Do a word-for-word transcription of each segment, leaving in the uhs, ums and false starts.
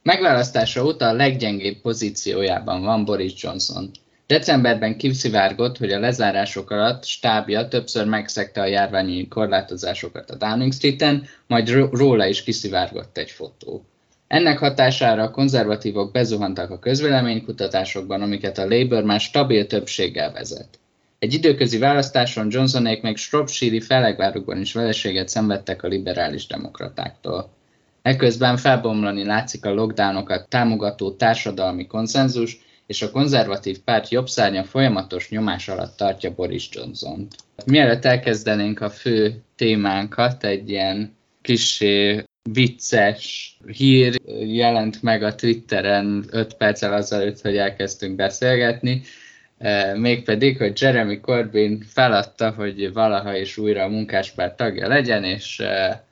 Megválasztása óta a leggyengébb pozíciójában van Boris Johnson. Decemberben kiszivárgott, hogy a lezárások alatt stábja többször megszegte a járványi korlátozásokat a Downing Streeten, majd róla is kiszivárgott egy fotó. Ennek hatására a konzervatívok bezuhantak a közvéleménykutatásokban, amiket a Labour már stabil többséggel vezet. Egy időközi választáson Johnsonék még Shropshire-i Fellegvárosban is vereséget szenvedtek a liberális demokratáktól. Eközben felbomlani látszik a lockdownokat támogató társadalmi konszenzus, és a konzervatív párt jobb szárnya folyamatos nyomás alatt tartja Boris Johnsont. Mielőtt elkezdenénk a fő témánkat, egy ilyen kissé vicces hír jelent meg a Twitteren öt perccel azelőtt, hogy elkezdtünk beszélgetni, mégpedig, hogy Jeremy Corbyn feladta, hogy valaha is újra a munkáspárt tagja legyen, és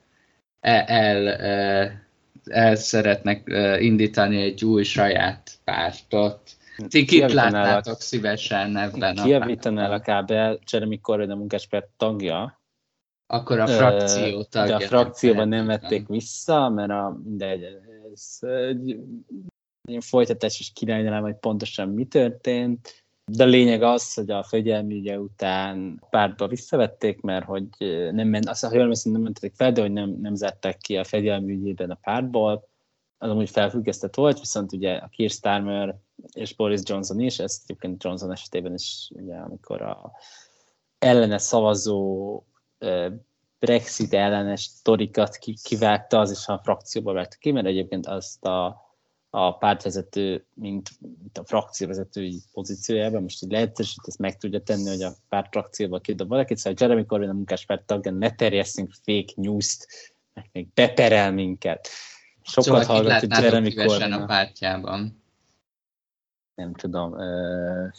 el, el szeretnek indítani egy új saját pártot. Ti kit látnátok szívesen ebben? Kijavítanál a kábel, Jeremy Corbyn a munkáspárt tagja. Akkor a frakció tagja. De a frakcióban nem vették vissza, mert a, mindegy, ez egy folytatásos királynálám, hogy pontosan mi történt. De a lényeg az, hogy a fegyelmi ügye után pártba visszavették, mert hogy nem ment, azt, ha jól emlékszem, nem mentették fel, de hogy nem, nem zárták ki a fegyelmi ügyében a pártból. Az amúgy felfüggesztett volt, viszont ugye a Keir Starmer és Boris Johnson is, ez egyébként Johnson esetében is, ugye, amikor a ellene szavazó Brexit ellenes sztorikat kivágta, az is a frakcióba vett ki, mert egyébként azt a, a pártvezető, mint, mint a frakcióvezetői pozíciójában, most így lehetősít, ezt meg tudja tenni, hogy a párt frakcióba kidob valakit, szóval Jeremy Corbyn a munkáspárt tagja, ne terjesszünk fake news-t, meg még beperel minket. Sokat szóval hallgat, hogy Jeremy Corbyn a pártjában. Nem tudom. Uh,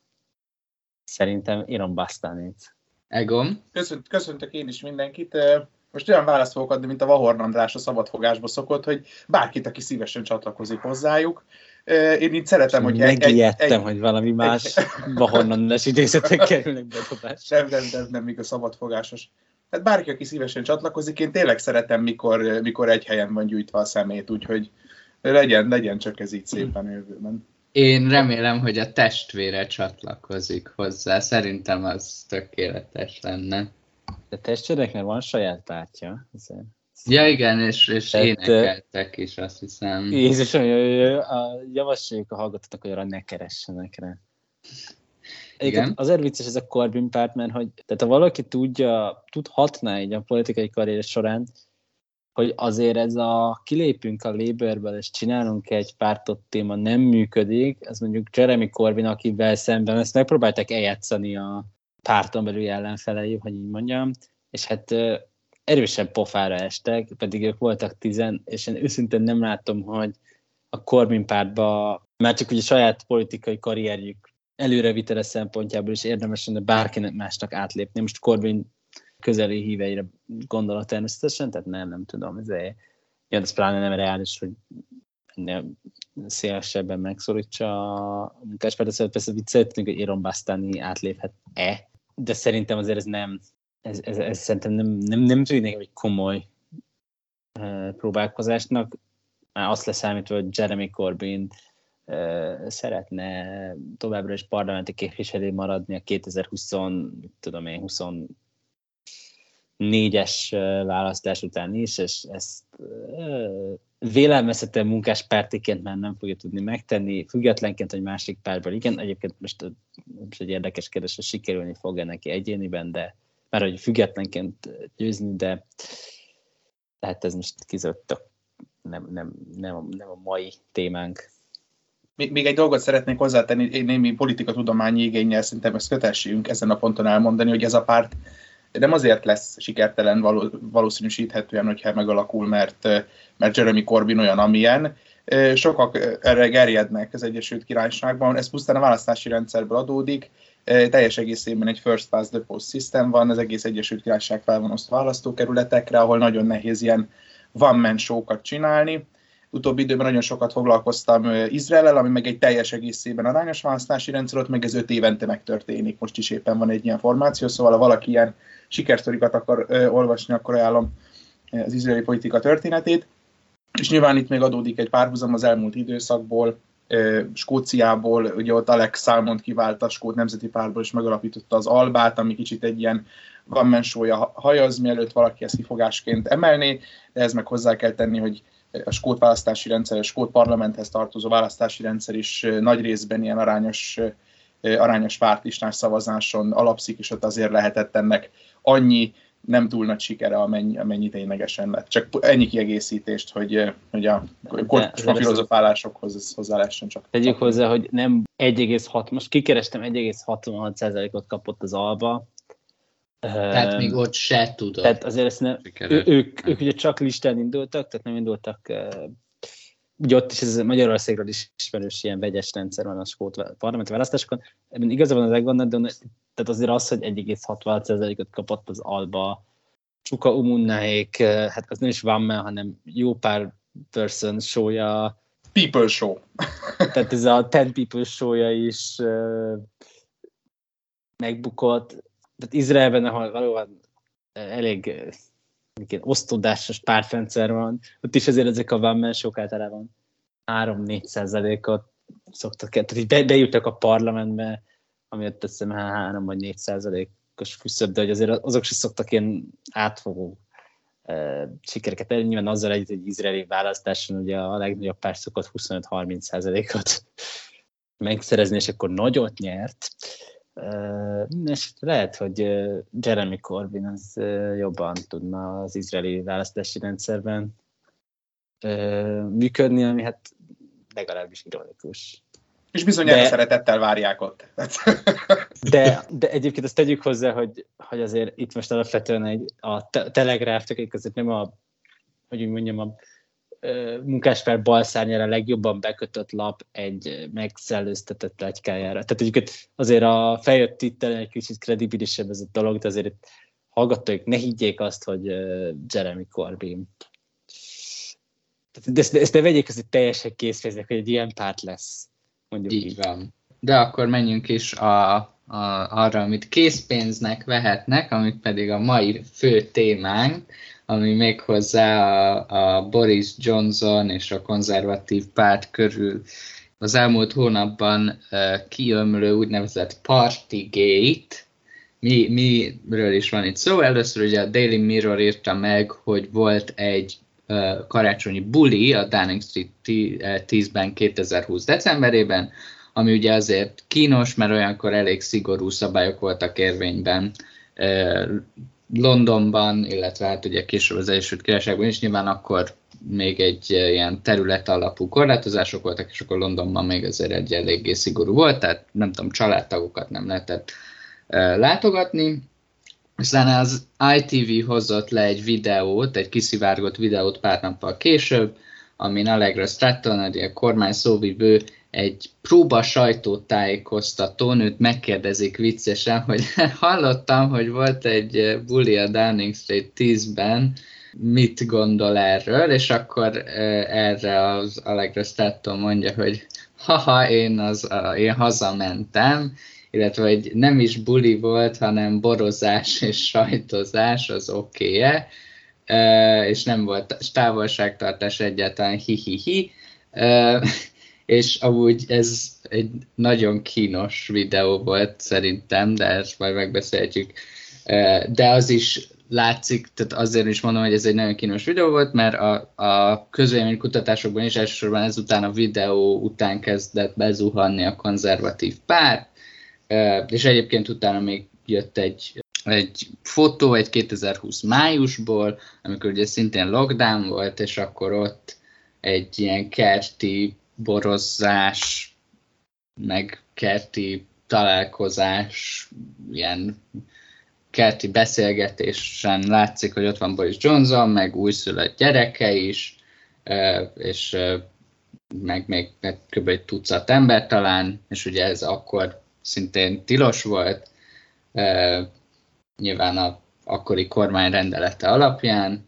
szerintem Iron Bastanét. Egon? Köszönt, köszöntök én is mindenkit. Most olyan választ fogok adni, mint a Vahorn András a szabadfogásba szokott, hogy bárkit, aki szívesen csatlakozik hozzájuk. Én így szeretem, hogy... Megijedtem, egy, egy, hogy valami más Vahorn András idézetek kerülnek bedobásra. Nem, nem, nem, nem, még a szabadfogásos. Hát bárki, aki szívesen csatlakozik, én tényleg szeretem, mikor, mikor egy helyen van gyújtva a szemét, úgyhogy legyen, legyen csak ez így szépen jövőben. Én remélem, hogy a testvére csatlakozik hozzá. Szerintem az tökéletes lenne. De testvéreknek van saját pártja. Ja igen, és, és Tehát, énekeltek is, azt hiszem. Jézus, javasoljuk a hallgatóknak, hogy arra ne keressenek rá. Igen. Azért vicces ez a Corbyn párt, mert hogy, tehát ha valaki tudja, tudhatná így a politikai karrier során, hogy azért ez a kilépünk a Labourből és csinálunk egy pártot téma nem működik, ez mondjuk Jeremy Corbyn, akivel szemben ezt megpróbálták eljátszani a párton belüli ellenfelei, hogy így mondjam, és hát erősen pofára estek, pedig ők voltak tizen, és én őszintén nem látom, hogy a Corbyn pártba, már csak ugye saját politikai karrierjük előrevitele szempontjából is érdemes lenne bárkinek másnak átlépni. Most Corbyn közeli híveire gondolok természetesen, tehát nem, nem tudom, ez ez pláne nem reális, hogy ennél szélesebben megszorítsa a munkáspártot, szóval persze vicceltünk, hogy Iron Bastani átléphet-e, de szerintem azért ez nem, ez, ez, ez szerintem nem, nem, nem tűnik egy komoly uh, próbálkozásnak, már azt leszámítva, hogy Jeremy Corbyn uh, szeretne továbbra is parlamenti képviselő maradni a kétezer-húsz, tudom én, huszonnégyes választás után is, és ezt uh, vélelmezhetően munkáspártiként már nem fogja tudni megtenni, függetlenként, hogy másik pártból igen, egyébként most, most egy érdekes kérdés, hogy sikerülni fog-e neki egyéniben, de már hogy függetlenként győzni, de tehát ez most kizott nem, nem, nem, nem a mai témánk. Még, még egy dolgot szeretnék hozzátenni, én némi politikatudományi igénnyel szerintem ezt kötelességünk ezen a ponton elmondani, hogy ez a párt nem azért lesz sikertelen való, valószínűsíthetően, hogyha megalakul, mert, mert Jeremy Corbyn olyan, amilyen. Sokak erre gerjednek az Egyesült Királyságban, ez pusztán a választási rendszerből adódik, teljes egészében egy first past the post system van, az egész Egyesült Királyság fel van osztva választókerületekre, ahol nagyon nehéz ilyen one-man show-kat csinálni. Utóbbi időben nagyon sokat foglalkoztam Izraellel, ami meg egy teljes egészében arányos választási rendszer, ott meg ez öt évente megtörténik. Most is éppen van egy ilyen formáció, szóval ha valaki ilyen sikersztorikat akar ö, olvasni, akkor ajánlom az izraeli politika történetét. És nyilván itt még adódik egy párhuzam az elmúlt időszakból, Skóciából, ugye ott Alex Salmond kivált a Skót Nemzeti Pártból, és megalapította az Albát, ami kicsit egy ilyen one man show-ja hajaz, mielőtt valaki ezt kifogásként emelné, de ez meg hozzá kell tenni, hogy a skót választási rendszer, a skót parlamenthez tartozó választási rendszer is nagy részben ilyen arányos, arányos pártlistás szavazáson alapszik, és ott azért lehetett ennek annyi nem túl nagy sikere, amennyi, amennyi ténylegesen lett. Csak ennyi kiegészítést, hogy, hogy a filozofálásokhoz hozzá lehessen csak. Tegyük hozzá, hogy nem egy egész hat, most kikerestem, egy egész hatvanhat százalékot kapott az Alba. Tehát um, még ott se tudod. Tehát azért ezt nem, ő, ők, ők ugye csak listán indultak, tehát nem indultak, uh, ugye ott is ez Magyarországról is ismerős ilyen vegyes rendszer van a skót parlamenti választásokon. Ebben igazából az Egon, de tehát azért az, hogy egy egész hatvanhat százalékot kapott az Alba, Csuka Umunnaék, hát az nem is van már, hanem jó pár person show-ja. People show. Tehát ez a ten people show-ja is uh, megbukott. Tehát Izraelben, ahol valóban elég uh, osztódásos pártrendszer van, ott is azért ezek a one man show-k általában három-négy százalékot szoktak, tehát így be, bejutnak a parlamentbe, ami ott teszem három vagy négy százalékos küszöb, de hogy azért azok sem szoktak ilyen átfogó uh, sikereket elérni. Nyilván azzal együtt egy izraeli választáson ugye a legnagyobb párt szokott huszonöt-harminc százalékot megszerezni, és akkor nagyot nyert. Uh, és lehet, hogy uh, Jeremy Corbyn az uh, jobban tudna az izraeli választási rendszerben uh, működni, ami hát legalábbis ironikus. És bizonyára de, szeretettel várják ott. de, de egyébként azt tegyük hozzá, hogy, hogy azért itt most alapvetően egy, a te- Telegráf, csak azért nem a, hogy úgy mondjam, a munkáspárt balszárnyára legjobban bekötött lap egy megszellőztetett pletykájára. Tehát egyébként azért a feljött itt egy kicsit kredibilisebb ez a dolog, de azért itt hallgatóik ne higgyék azt, hogy Jeremy Corbyn. De ezt, ezt ne vegyék azért teljesen készfejeznek, hogy egy ilyen párt lesz. Mondjuk így, így van. De akkor menjünk is a, a, arra, amit készpénznek vehetnek, amit pedig a mai fő témánk, ami méghozzá a, a Boris Johnson és a konzervatív párt körül az elmúlt hónapban uh, kiömlő úgynevezett Partygate. Mi, miről is van itt szó? Először ugye a Daily Mirror írta meg, hogy volt egy uh, karácsonyi buli a Downing Street tízben kétezer-húsz decemberében, ami ugye azért kínos, mert olyankor elég szigorú szabályok voltak érvényben uh, Londonban, illetve hát ugye később az Egyesült Királyságban is, nyilván akkor még egy ilyen terület alapú korlátozások voltak, és akkor Londonban még azért egy eléggé szigorú volt, tehát nem tudom, családtagokat nem lehetett uh, látogatni. Aztán az i té vé hozott le egy videót, egy kiszivárgott videót pár nappal később, amin Allegra Stratton, a kormány szóvivő, egy próba sajtótájékoztatón őt megkérdezik viccesen, hogy hallottam, hogy volt egy buli a Downing Street tízben, mit gondol erről, és akkor erre az Allegra Stratton mondja, hogy haha, én, az, én hazamentem, illetve hogy nem is buli volt, hanem borozás és sajtozás, az oké-e, és nem volt távolságtartás egyáltalán, hi-hi-hi. És amúgy ez egy nagyon kínos videó volt szerintem, de ezt majd megbeszélhetjük. De az is látszik, tehát azért is mondom, hogy ez egy nagyon kínos videó volt, mert a, a közvéleménykutatásokban is elsősorban ezután a videó után kezdett bezuhanni a konzervatív párt, és egyébként utána még jött egy, egy fotó, egy kétezer-húsz májusból, amikor ugye szintén lockdown volt, és akkor ott egy ilyen kerti borozás, meg kerti találkozás, ilyen kerti beszélgetésen látszik, hogy ott van Boris Johnson, meg újszülött gyereke is, és meg még kb. Egy tucat ember talán, és ugye ez akkor szintén tilos volt, nyilván az akkori kormány rendelete alapján,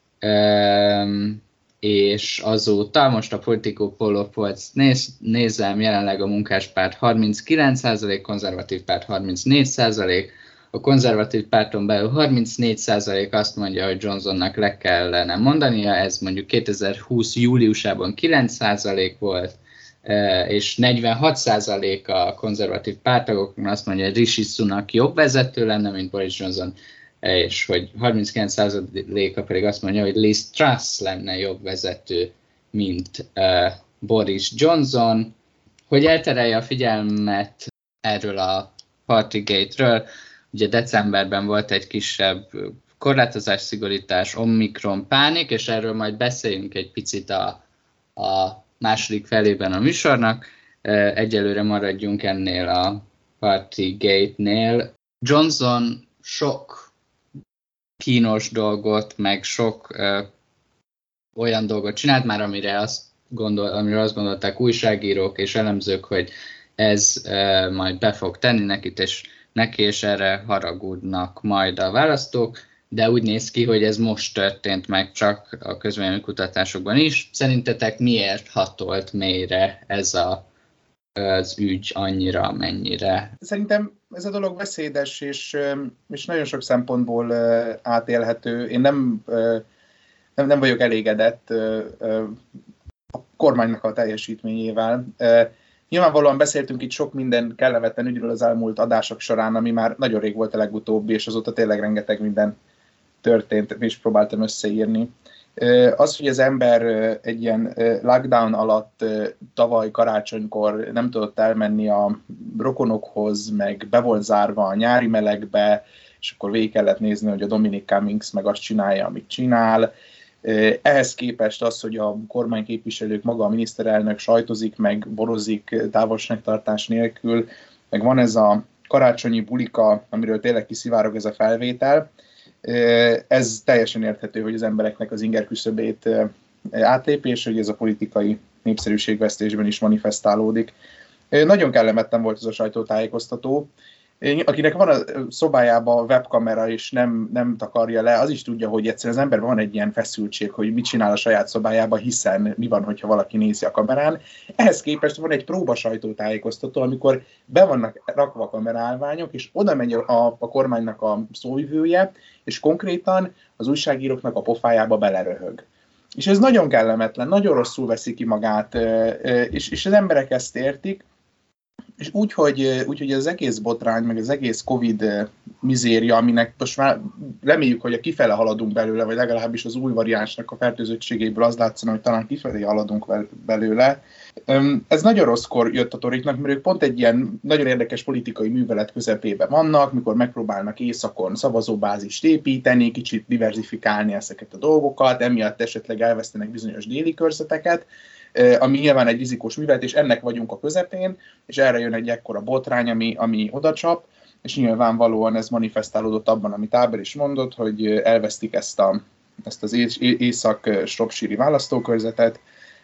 és azóta, most a Politico Poll Polls néz, nézem, jelenleg a munkáspárt harminckilenc százalék, konzervatív párt harmincnégy százalék, A konzervatív párton belül harmincnégy százalék azt mondja, hogy Johnsonnak le kellene mondania, ez mondjuk kétezer-húsz júliusában kilenc százalék volt, és negyvenhat százalék a konzervatív pártagoknak azt mondja, hogy Rishi Sunak jobb vezető lenne, mint Boris Johnson, és hogy harminckilenc százaléka pedig azt mondja, hogy Liz Truss lenne jobb vezető, mint Boris Johnson. Hogy elterelje a figyelmet erről a Partygate-ről, ugye decemberben volt egy kisebb korlátozás, szigorítás, Omikron pánik, és erről majd beszéljünk egy picit a, a második felében a műsornak. Egyelőre maradjunk ennél a Partygate-nél. Johnson sok kínos dolgot, meg sok ö, olyan dolgot csinált már, amire azt gondol, amire azt gondolták újságírók és elemzők, hogy ez ö, majd be fog tenni nekit, és neki, és erre haragudnak majd a választók, de úgy néz ki, hogy ez most történt meg csak a közvéleménykutatásokban is. Szerintetek miért hatolt mélyre ez a, az ügy annyira, mennyire? Szerintem ez a dolog beszédes, és, és nagyon sok szempontból átélhető. Én nem, nem, nem vagyok elégedett a kormánynak a teljesítményével. Nyilvánvalóan beszéltünk itt sok minden kellemetlen ügyről az elmúlt adások során, ami már nagyon rég volt a legutóbbi, és azóta tényleg rengeteg minden történt, és próbáltam összeírni. Az, hogy az ember egy ilyen lockdown alatt tavaly karácsonykor nem tudott elmenni a rokonokhoz, meg be volt zárva a nyári melegbe, és akkor végig kellett nézni, hogy a Dominic Cummings meg azt csinálja, amit csinál. Ehhez képest az, hogy a kormányképviselők, maga a miniszterelnök sajtozik, meg borozik távolságtartás nélkül, meg van ez a karácsonyi bulika, amiről tényleg kiszivárog ez a felvétel. Ez teljesen érthető, hogy az embereknek az inger küszöbét átlépés, hogy ez a politikai népszerűségvesztésben is manifestálódik. Nagyon kellemetlen volt ez a sajtótájékoztató. Akinek van a szobájában webkamera és nem, nem takarja le, az is tudja, hogy egyszerűen az emberben van egy ilyen feszültség, hogy mit csinál a saját szobájában, hiszen mi van, hogyha valaki nézi a kamerán. Ehhez képest van egy próba sajtótájékoztató, amikor be vannak rakva a kamerálványok, és oda megy a, a kormánynak a szóvivője, és konkrétan az újságíróknak a pofájába beleröhög. És ez nagyon kellemetlen, nagyon rosszul veszi ki magát, és, és az emberek ezt értik, és úgy, hogy, úgy, hogy az egész botrány, meg az egész Covid mizéria, aminek most már reméljük, hogy a kifele haladunk belőle, vagy legalábbis az új variánsnak a fertőzöttségéből az látszana, hogy talán kifelé haladunk belőle. Ez nagyon rosszkor jött a toriknak, mert ők pont egy ilyen nagyon érdekes politikai művelet közepében vannak, mikor megpróbálnak északon szavazóbázist építeni, kicsit diversifikálni ezeket a dolgokat, emiatt esetleg elvesztenek bizonyos déli körzeteket, ami nyilván egy rizikós művelet, és ennek vagyunk a közepén, és erre jön egy ekkora botrány, ami, ami odacsap, és nyilvánvalóan ez manifestálódott abban, amit Áber is mondott, hogy elvesztik ezt, a, ezt az észak-shropshire-i választókörzetet,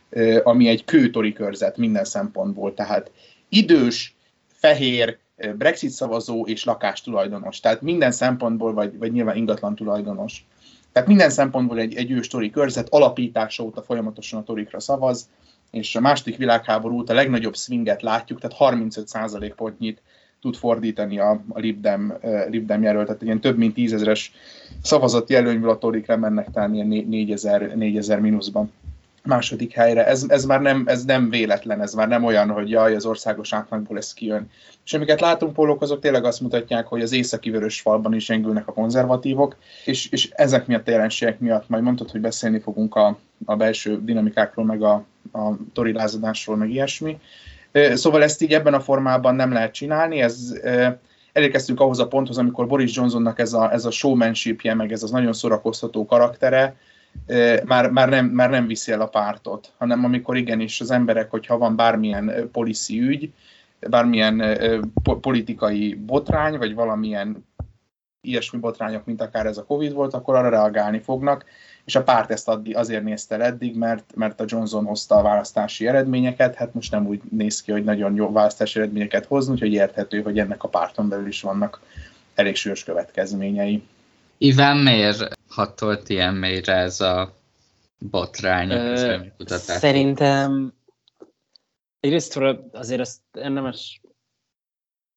ami egy kőtori körzet minden szempontból, tehát idős, fehér, Brexit szavazó és lakástulajdonos, tehát minden szempontból, vagy, vagy nyilván ingatlan tulajdonos. Tehát minden szempontból egy, egy ős tori körzet, alapítása óta folyamatosan a torikra szavaz, és a második világháború óta a legnagyobb swinget látjuk, tehát harmincöt százalékpontnyit tud fordítani a, a Lib Dem, uh, Lib Dem jelölt, tehát ilyen több mint tízezeres szavazati előnyből a torikra mennek talán ilyen négyezer mínuszban második helyre. Ez, ez már nem, ez nem véletlen, ez már nem olyan, hogy jaj, az országos átlagból ez kijön. És amiket látunk pólók, azok tényleg azt mutatják, hogy az északi vörös falban is gyengülnek a konzervatívok, és, és ezek miatt a jelenségek miatt majd mondtad, hogy beszélni fogunk a, a belső dinamikákról, meg a, a tori lázadásról, meg ilyesmi. Szóval ezt így ebben a formában nem lehet csinálni, ez... Elérkeztünk ahhoz a ponthoz, amikor Boris Johnsonnak ez a, ez a showmanshipje, meg ez az nagyon szórakoztató karaktere, Már, már, nem, már nem viszi el a pártot, hanem amikor igenis az emberek, hogyha van bármilyen policy ügy, bármilyen po- politikai botrány, vagy valamilyen ilyesmi botrányok, mint akár ez a Covid volt, akkor arra reagálni fognak, és a párt ezt addig, azért nézte el eddig, mert, mert a Johnson hozta a választási eredményeket, hát most nem úgy néz ki, hogy nagyon jó választási eredményeket hozni, úgyhogy érthető, hogy ennek a párton belül is vannak elég súlyos következményei. Iván, miért hatolt ilyen mélyre ez a botrány a közvéleménykutatás? Szerintem egyrészt azért azt érdemes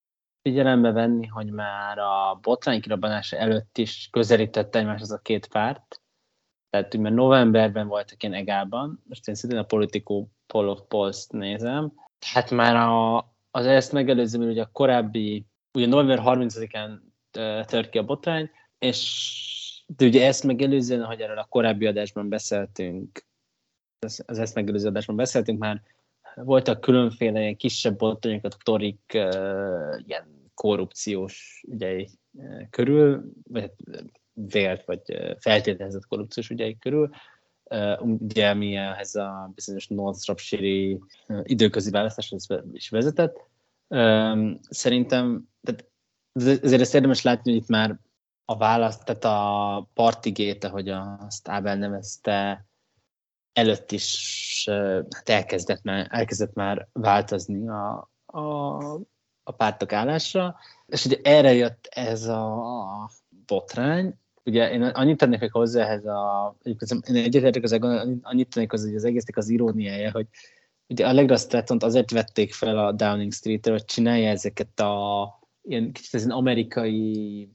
figyelembe venni, hogy már a botrány kirabbanása előtt is közelített egymáshoz a két párt. Tehát, hogy már novemberben voltak ilyen egálban, most én szintén a Politico Poll of Polls-t nézem. Hát már a, az ezt megelőzően, ugye a korábbi, ugye november harmincadikán tört ki a botrány, és de ugye ezt megelőzően, ahogy erről a korábbi adásban beszéltünk, az ezt megelőző adásban beszéltünk, már voltak különféle ilyen kisebb botrányokat a torik uh, ilyen korrupciós ügyei uh, körül, vagy vélt, vagy uh, feltételezett korrupciós ügyei körül. Uh, ugye mi ehhez a bizonyos North Shropshire-i uh, időközi választáshoz is vezetett. Um, szerintem, tehát ezért ezt érdemes látni, hogy itt már a választ, tehát a Partygate, ahogy azt Ábel nevezte, előtt is hát elkezdett, már, elkezdett már változni a, a, a pártok állásra, és ugye erre jött ez a botrány. Ugye én annyit tennék még hozzá ehhez a, én egyetértek az annyit tennék hozzá, hogy az egésznek az iróniája, hogy ugye Allegra Strattont azért vették fel a Downing Street-re, hogy csinálja ezeket a ilyen kicsit ez amerikai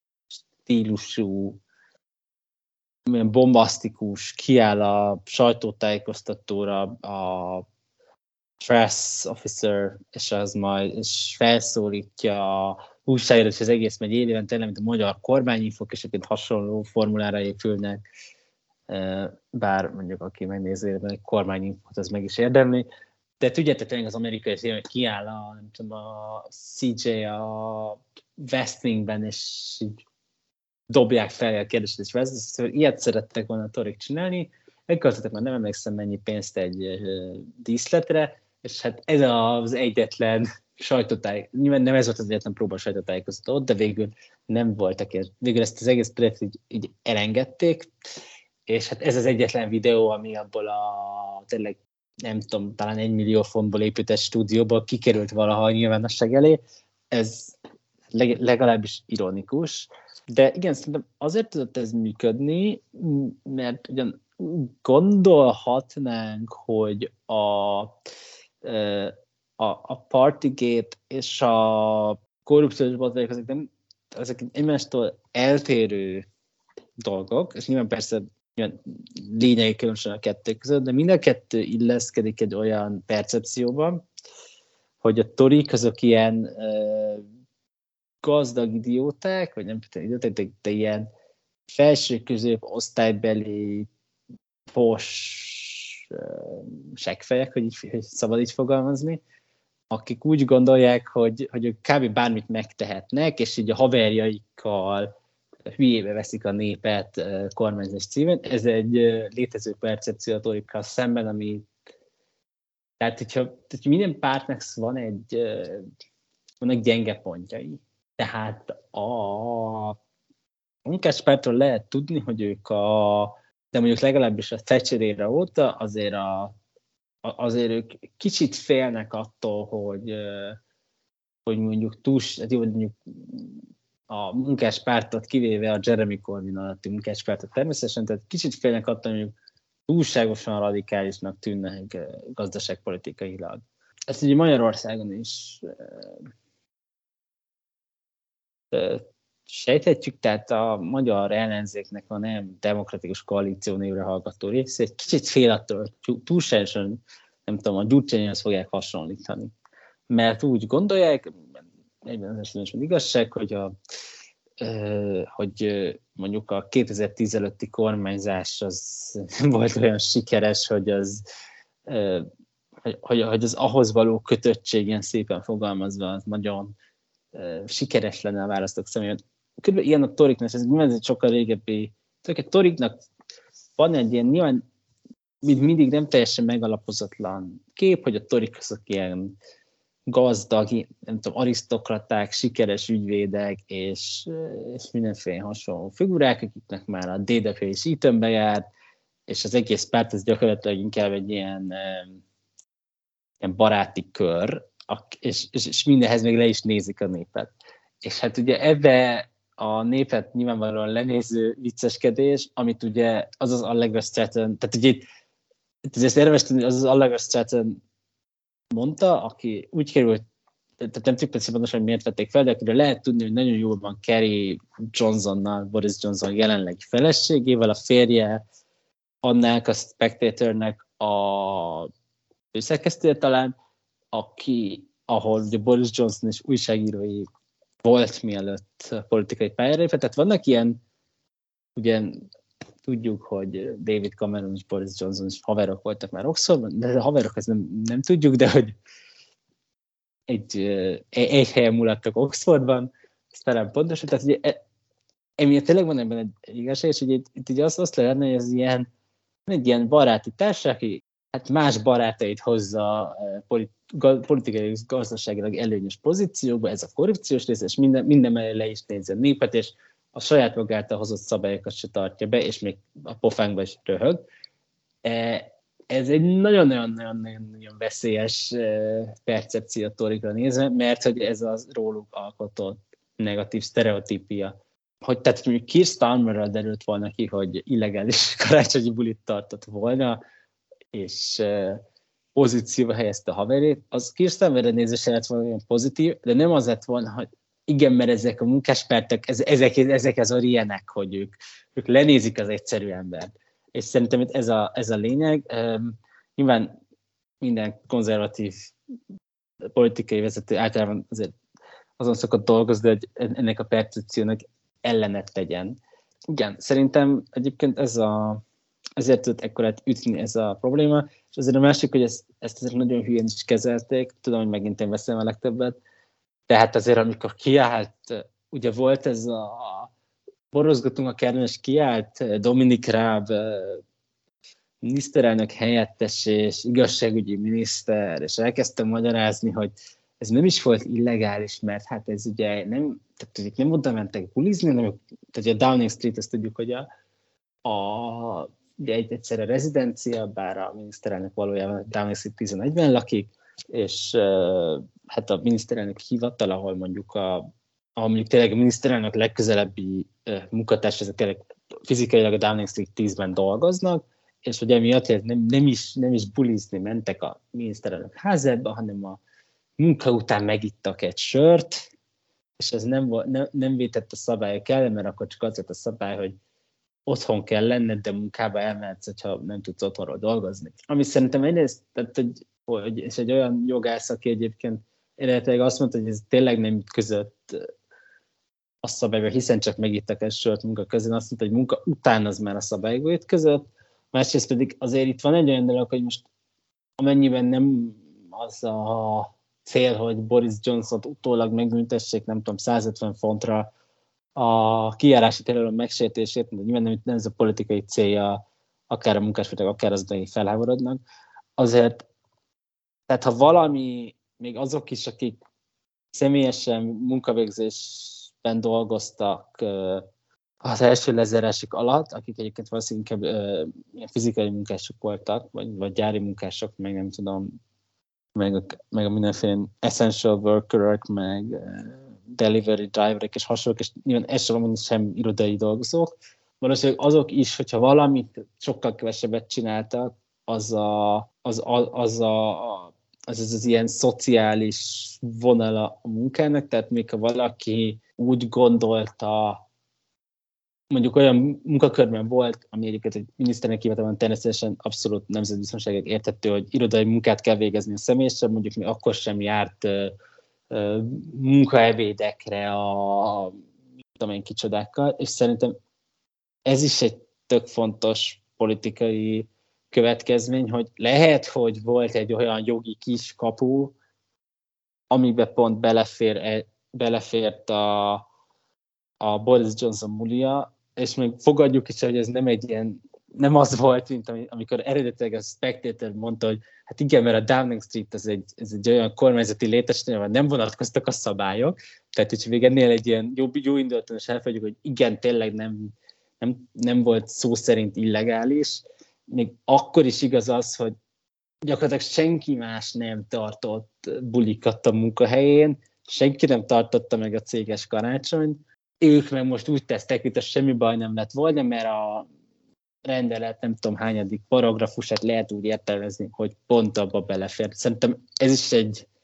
stílusú, milyen bombasztikus, kiáll a sajtótájékoztatóra a press officer, és az majd és felszólítja a újságírót, és az egész megy élően, tényleg, mint a magyar kormányinfok, és egyébként hasonló formulára épülnek, bár mondjuk aki megnézi élőben egy kormányinfot, az meg is érdemli. De tudjátok, tényleg az amerikai film, hogy kiáll a, nem tudom, a cé jé a West Wingben, és így dobják fel a kérdést, és vezet. Ilyet szerettek volna a torik csinálni. Megköltöttek, már nem emlékszem mennyi pénzt egy uh, díszletre, és hát ez az egyetlen sajtótáj, nyilván nem ez volt az egyetlen próba sajtótájékoztató ott, de végül nem voltak, végül ezt az egész projektet így, így elengedték, és hát ez az egyetlen videó, ami abból a tényleg nem tudom, talán egy millió fontból épített stúdióból kikerült valaha a nyilvánosság elé. Ez legalábbis ironikus. De igen, szerintem azért tudott ez működni, mert ugyan gondolhatnánk, hogy a, a, a Partygate és a korrupciós botrányok ezek, nem, ezek egymástól eltérő dolgok, és nyilván persze nyilván lényegi különbség a kettő között, de mind a kettő illeszkedik egy olyan percepcióban, hogy a torik azok ilyen uh, gazdag idióták, vagy nem tudom, idióták, de, de ilyen felső közép osztálybeli pos uh, seggfejek, hogy, így, hogy szabad így fogalmazni, akik úgy gondolják, hogy, hogy ők kb. Bármit megtehetnek, és így a haverjaikkal hülyébe veszik a népet uh, kormányzás címen. Ez egy uh, létező percepció a torikkal szemben, ami tehát, hogyha, hogyha minden pártnak van egy uh, vannak gyenge pontjai. Tehát a munkáspártról lehet tudni, hogy ők a, de mondjuk legalábbis a Thatcher éra óta azért, a, azért ők kicsit félnek attól, hogy, hogy mondjuk túls, hát jó, mondjuk a munkáspártot kivéve a Jeremy Corbyn alatti munkáspártot természetesen, tehát kicsit félnek attól, hogy mondjuk túlságosan radikálisnak tűnnek gazdaságpolitikailag. Ezt ugye Magyarországon is sejthetjük, tehát a magyar ellenzéknek a nem demokratikus koalíció névre hallgató része egy kicsit fél attól, hogy túlságosan, nem tudom, a Gyurcsányhoz fogják hasonlítani. Mert úgy gondolják, egyben az esetben igazság, hogy, a, hogy mondjuk a kétezer-tíz előtti kormányzás az nem volt olyan sikeres, hogy az, hogy, hogy az ahhoz való kötöttség ilyen szépen fogalmazva az nagyon sikeres lenne a választók szemében. Körülbelül ilyen a toriknak, ez nyilván sokkal régebbi. A toriknak van egy ilyen nyilván mint mindig nem teljesen megalapozatlan kép, hogy a torik azok ilyen gazdag, nem tudom, arisztokraták, sikeres ügyvédek, és, és mindenféle hasonló figurák, akiknek már a dé dé pé is Etonbe járt, és az egész párt az gyakorlatilag inkább egy ilyen, ilyen baráti kör, és, és, és mindenhez még le is nézik a népet. És hát ugye ebbe a népet nyilvánvalóan lenéző vicceskedés, amit ugye az az Allegra Stratton, tehát ugye itt ezt érdemes tudni, az az Allegra Stratton mondta, aki úgy került tehát nem tudjuk persze pontosan, hogy miért vették fel, de akiről lehet tudni, hogy nagyon jól van Kerry Johnsonnal, Boris Johnson jelenlegi feleségével, a férje, annak a Spectatornek a főszerkesztője talán, aki, ahol ugye Boris Johnson és újságírói volt mielőtt politikai pályára lépett. Tehát vannak ilyen, ugye tudjuk, hogy David Cameron és Boris Johnson is haverok voltak már Oxfordban, de a haverok ezt nem, nem tudjuk, de hogy egy, egy helyen mulattak Oxfordban, ez talán pontosan, tehát ugye emiatt tényleg van ebben egy igazság, és ugye itt ugye azt, azt lehetne, hogy ez ilyen, egy ilyen baráti társaság, aki hát más barátait hozza politikai és gazdaságilag előnyös pozíciókba, ez a korrupciós rész, és minden, minden mellé le is nézi a népet, és a saját magától hozott szabályokat se tartja be, és még a pofánkba is röhög. Ez egy nagyon-nagyon-nagyon veszélyes percepció torikra nézve, mert hogy ez az róluk alkotott negatív sztereotípia. Hogy tehát mondjuk Keir Starmerrel derült volna ki, hogy illegális karácsonyi bulit tartott volna, és pozícióba helyezte a haverét, az Keir Starmerre nézve se lett volna olyan pozitív, de nem az lett volna, hogy igen, mert ezek a munkáspártok, ezek, ezek az orienek, hogy ők, ők lenézik az egyszerű embert. És szerintem itt ez a, ez a lényeg. Um, nyilván minden konzervatív politikai vezető általában azért azon szokott dolgozni, hogy ennek a percepciónak ellenet tegyen. Igen, szerintem egyébként ez a, ezért tudott ekkorát ütni ez a probléma, és azért a másik, hogy ezt, ezt azért nagyon hülyén is kezelték, tudom, hogy megint én veszem a legtöbbet, tehát azért, amikor kiállt, ugye volt ez a borozgatunk a kertben, és kiállt Dominic Raab, miniszterelnök helyettes és igazságügyi miniszter, és elkezdtem magyarázni, hogy ez nem is volt illegális, mert hát ez ugye nem, tehát nem oda mentek bulizni, hanem tehát a Downing Street, ezt tudjuk, hogy a, a ugye egy egyszerre rezidencia, bár a miniszterelnök valójában a Downing Street tizenegyben lakik, és hát a miniszterelnök hivatal, ahol mondjuk a, ahol mondjuk tényleg a miniszterelnök legközelebbi munkatárs, ezek tényleg fizikailag a Downing Street tízben dolgoznak, és hogy emiatt nem, nem, is, nem is bulizni mentek a miniszterelnök házába, hanem a munka után megittak egy sört, és ez nem, nem, nem vétett a szabályok ellen, mert akkor csak az volt a szabály, hogy otthon kell lenned, de munkába elmehetsz, hogyha nem tudsz otthonról dolgozni. Ami szerintem egyrészt, tehát, hogy, hogy, és egy olyan jogász, aki egyébként eredetileg azt mondta, hogy ez tényleg nem között a szabályban, hiszen csak megittak egy sört munka közben, azt mondta, hogy munka után az már a szabályba ütközött, másrészt pedig azért itt van egy olyan dolog, hogy most amennyiben nem az a cél, hogy Boris Johnson-t utólag megbüntessék, nem tudom, százötven fontra a kijárási tilalom megsértését, de nyilván nem, nem ez a politikai célja, akár a munkásféltek, akár az, hogy felháborodnak. Azért, tehát ha valami, még azok is, akik személyesen munkavégzésben dolgoztak az első lezárások alatt, akik egyébként valószínűleg inkább fizikai munkások voltak, vagy, vagy gyári munkások, meg nem tudom, meg a, meg a mindenféle essential workerek, meg delivery driverek és hasonlók, és nyilván ez sem, sem irodai dolgozók. Valószínűleg azok is, hogyha valamit sokkal kevesebbet csináltak, az a, az, az, az, a, az, az, az ilyen szociális vonala a munkának, tehát még ha valaki úgy gondolta, mondjuk olyan munkakörben volt, ami egyébként egy miniszternek hivatalban természetesen abszolút nemzetbiztonságnak érthető, hogy irodai munkát kell végezni a személyesen, mondjuk még akkor sem járt uh, uh, munkaebédekre a, a tudom én kicsodákkal, és szerintem ez is egy tök fontos politikai következmény, hogy lehet, hogy volt egy olyan jogi kiskapu, amiben pont belefér, belefért a, a Boris Johnson bulia, és még fogadjuk is, hogy ez nem egy ilyen, nem az volt, mint amikor eredetileg a Spectator mondta, hogy hát igen, mert a Downing Street ez egy, ez egy olyan kormányzati létesítmény, ahol nem vonatkoztak a szabályok, tehát hogy még ennél egy ilyen jó, jó indulaton is elfogadjuk, hogy igen, tényleg nem, nem, nem volt szó szerint illegális, még akkor is igaz az, hogy gyakorlatilag senki más nem tartott bulikat a munkahelyén, senki nem tartotta meg a céges karácsonyt, ők meg most úgy tesztek, hogy semmi baj nem lett volna, mert a rendelet nem tudom hányadik paragrafusát lehet úgy értelmezni, hogy pont abba belefér. Szerintem ez is egy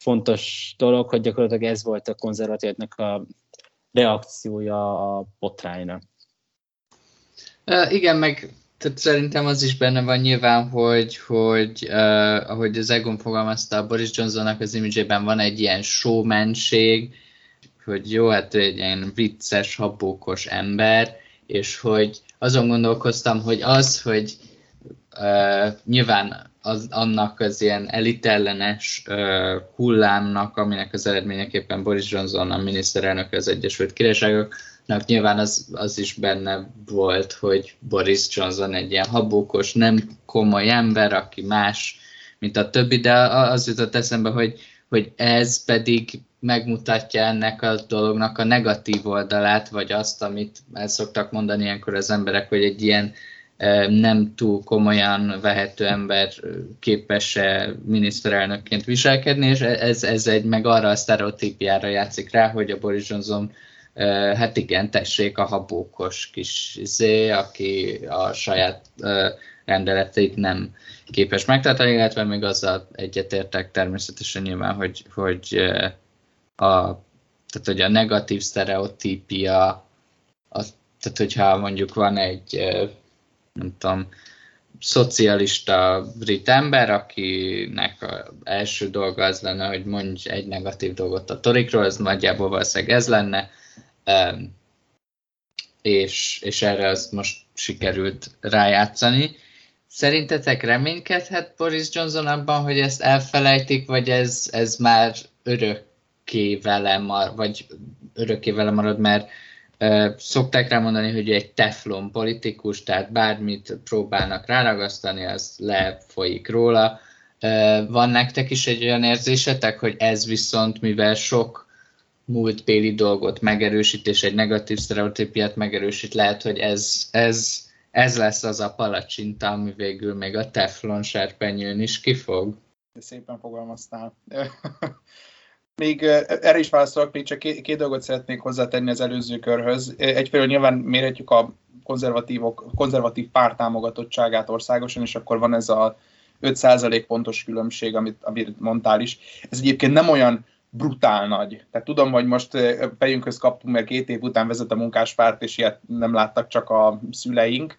fontos dolog, hogy gyakorlatilag ez volt a konzervatíveknek a reakciója a botrányra. Uh, igen, meg tehát szerintem az is benne van nyilván, hogy, hogy uh, ahogy az Egon fogalmazta, a Boris Johnsonnak az imidzsében van egy ilyen showmanség, hogy jó, hát egy ilyen vicces, habókos ember, és hogy azon gondolkoztam, hogy az, hogy uh, nyilván az, annak az ilyen elitellenes uh, hullámnak, aminek az eredményeképpen Boris Johnson, a miniszterelnök az Egyesült Királyságoknak nyilván az, az is benne volt, hogy Boris Johnson egy ilyen habókos, nem komoly ember, aki más, mint a többi, de az jutott eszembe, hogy, hogy ez pedig megmutatja ennek a dolognak a negatív oldalát, vagy azt, amit el szoktak mondani ilyenkor az emberek, hogy egy ilyen nem túl komolyan vehető ember képes-e miniszterelnökként viselkedni, és ez, ez egy meg arra a sztereotípiára játszik rá, hogy a Boris Johnson, hát igen, tessék a habókos kis izé, aki a saját rendeleteit nem képes megtartani, illetve még azzal egyetértek természetesen nyilván, hogy, hogy, a, tehát, hogy a negatív sztereotípia, az, tehát hogyha mondjuk van egy nem tudom, szocialista brit ember, akinek az első dolga az lenne, hogy mondj egy negatív dolgot a torikról, az nagyjából valószínűleg ez lenne, és, és erre az most sikerült rájátszani. Szerintetek reménykedhet Boris Johnson abban, hogy ezt elfelejtik, vagy ez, ez már örökké vele marad, vagy örökké vele marad, mert Uh, szokták rá mondani, hogy egy teflon politikus, tehát bármit próbálnak ráragasztani, az lefolyik róla. Uh, van nektek is egy olyan érzésetek, hogy ez viszont, mivel sok múltbéli dolgot megerősít, és egy negatív sztereotípiát megerősít, lehet, hogy ez, ez, ez lesz az a palacsinta, ami végül még a teflon serpenyőn is kifog? Szépen fogalmaztál. Még erre is válaszolok, még csak két, két dolgot szeretnék hozzátenni az előző körhöz. Egyfelől nyilván mérhetjük a konzervatívok, konzervatív párt támogatottságát országosan, és akkor van ez a öt százalék pontos különbség, amit, amit mondtál is. Ez egyébként nem olyan brutál nagy. Tehát tudom, hogy most fejünkhöz kaptunk, mert két év után vezet a munkáspárt, és ilyet nem láttak csak a szüleink,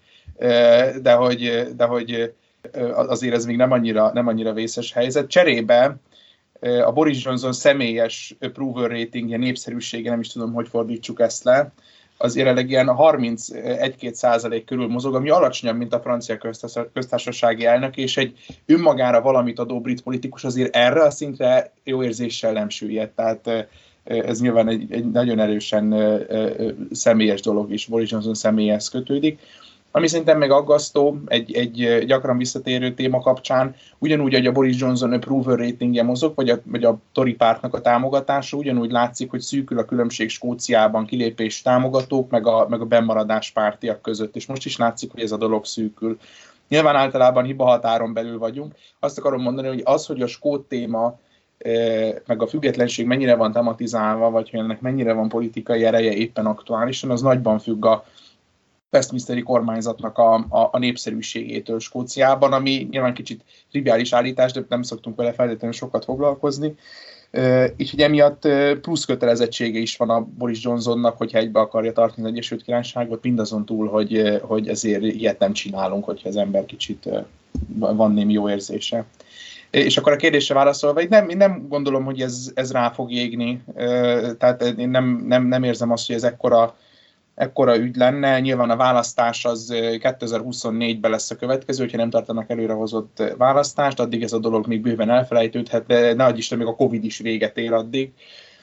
de hogy, de hogy azért ez még nem annyira, nem annyira vészes helyzet. Cserébe a Boris Johnson személyes approval ratingje, népszerűsége, nem is tudom, hogy fordítsuk ezt le, az jelenleg ilyen harmincegy-két százalék körül mozog, ami alacsonyabb, mint a francia köztársasági elnök, és egy önmagára valamit adó brit politikus azért erre a szintre jó érzéssel nem süllyedt. Tehát ez nyilván egy, egy nagyon erősen személyes dolog is, Boris Johnson személyhez kötődik. Ami szerintem meg aggasztó, egy, egy gyakran visszatérő téma kapcsán, ugyanúgy, hogy a Boris Johnson approval ratingje mozog, vagy a, vagy a Tory pártnak a támogatása, ugyanúgy látszik, hogy szűkül a különbség Skóciában kilépés támogatók, meg a, meg a bennmaradás pártiak között, és most is látszik, hogy ez a dolog szűkül. Nyilván általában hibahatáron belül vagyunk. Azt akarom mondani, hogy az, hogy a skót téma, meg a függetlenség mennyire van tematizálva, vagy hogy ennek mennyire van politikai ereje éppen aktuálisan, az nagyban függ a Westminsteri kormányzatnak a, a, a népszerűségétől Skóciában, ami nyilván kicsit triviális állítás, de nem szoktunk vele feltétlenül sokat foglalkozni. Így, hogy emiatt plusz kötelezettsége is van a Boris Johnsonnak, hogyha egybe akarja tartani az Egyesült Királyságot, mindazon túl, hogy, hogy ezért ilyet nem csinálunk, hogyha az ember kicsit van némi jó érzése. És akkor a kérdésre válaszolva, hogy nem, én nem gondolom, hogy ez, ez rá fog égni, tehát én nem, nem, nem érzem azt, hogy ez ekkora ekkora ügy lenne. Nyilván a választás az kétezer-huszonnégyben lesz a következő, hogyha nem tartanak előrehozott választást, addig ez a dolog még bőven elfelejtődhet, de ne adj Isten, még a Covid is véget ér addig,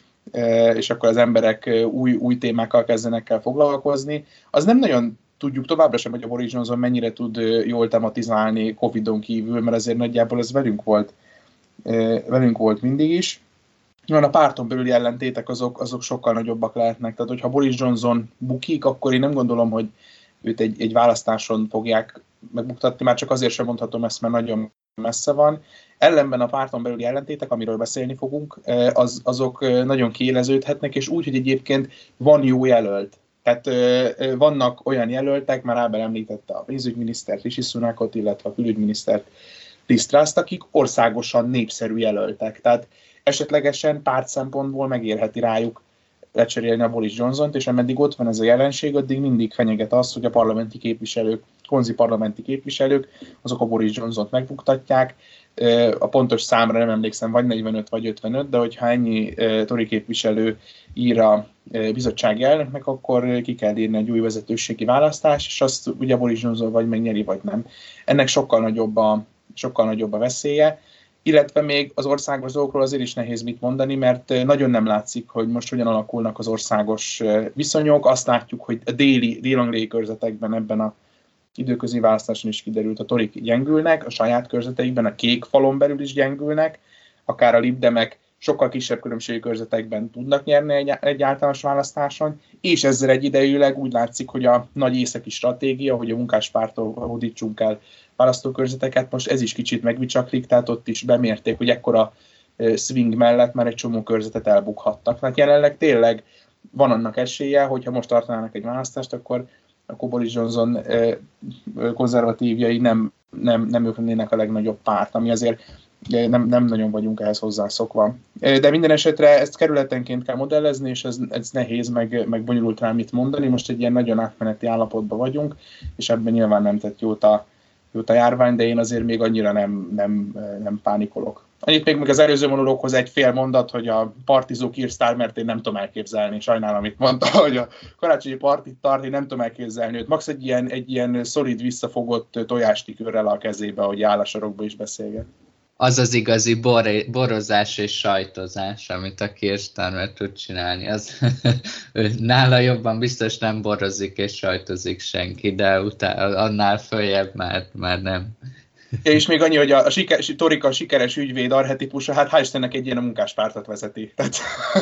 és akkor az emberek új, új témákkal kezdenek el foglalkozni. Az nem nagyon tudjuk továbbra sem, hogy a Boris Johnson mennyire tud jól tematizálni Covidon kívül, mert azért nagyjából ez velünk volt, velünk volt mindig is. Nyilván a párton belüli ellentétek azok, azok sokkal nagyobbak lehetnek. Tehát, hogyha Boris Johnson bukik, akkor én nem gondolom, hogy őt egy, egy választáson fogják megbuktatni. Már csak azért sem mondhatom ezt, mert nagyon messze van. Ellenben a párton belüli ellentétek, amiről beszélni fogunk, az, azok nagyon kiéleződhetnek, és úgy, hogy egyébként van jó jelölt. Tehát vannak olyan jelöltek, már Ábel említette a pénzügyminisztert, Rishi Sunakot, illetve a külügyminisztert, Liz Truss-t, akik országosan népszerű jelöltek. Tehát esetlegesen párt szempontból megérheti rájuk lecserélni a Boris Johnsont, és ameddig ott van ez a jelenség, addig mindig fenyeget az, hogy a parlamenti képviselők, konzi parlamenti képviselők, azok a Boris Johnsont megbuktatják. A pontos számra nem emlékszem, vagy negyvenöt, vagy ötvenöt, de hogyha ennyi tori képviselő ír a bizottsági elnöknek, akkor ki kell írni egy új vezetőségi választás, és azt ugye Boris Johnson vagy megnyeri, vagy nem. Ennek sokkal nagyobb a, sokkal nagyobb a veszélye, illetve még az országos dolgokról azért is nehéz mit mondani, mert nagyon nem látszik, hogy most hogyan alakulnak az országos viszonyok. Azt látjuk, hogy a déli, dél-angliai körzetekben ebben a időközi választáson is kiderült, a torik gyengülnek, a saját körzeteikben, a kék falon belül is gyengülnek, akár a libdemek sokkal kisebb különbségű körzetekben tudnak nyerni egy, egy általános választáson, és ezzel egyidejűleg úgy látszik, hogy a nagy északi stratégia, hogy a munkáspártól hódítsunk el választókörzeteket, most ez is kicsit megvicsaklik, tehát ott is bemérték, hogy ekkora swing mellett már egy csomó körzetet elbukhattak. Hát jelenleg tényleg van annak esélye, hogyha most tartanának egy választást, akkor akkor Boris Johnson konzervatívjai nem, nem, nem ők lennének a legnagyobb párt, ami azért nem, nem nagyon vagyunk ehhez hozzászokva. De minden esetre ezt kerületenként kell modellezni, és ez, ez nehéz, meg, meg bonyolult rá mit mondani. Most egy ilyen nagyon átmeneti állapotban vagyunk, és ebben nyilván nem tett jót a, jót a járvány, de én azért még annyira nem, nem, nem pánikolok. Annyit még, még az előző monológhoz egy fél mondat, hogy a partizók írsztár, mert én nem tudom elképzelni, sajnálom, amit mondta, hogy a karácsonyi partit tart, én nem tudom elképzelni őt. Max egy ilyen, egy ilyen szolid, visszafogott tojástikőrrel a kezébe, hogy áll a sarokba is beszélget. Az az igazi bor- borozás és sajtozás, amit a Keir Starmer tud csinálni. Az, nála jobban biztos nem borozik és sajtozik senki, de utána, annál följebb már, már nem. Ja, és még annyi, hogy a, a siker, Torika a sikeres ügyvéd archetipusa, hát hál' Istennek egy ilyen a munkáspártot vezeti. Tehát...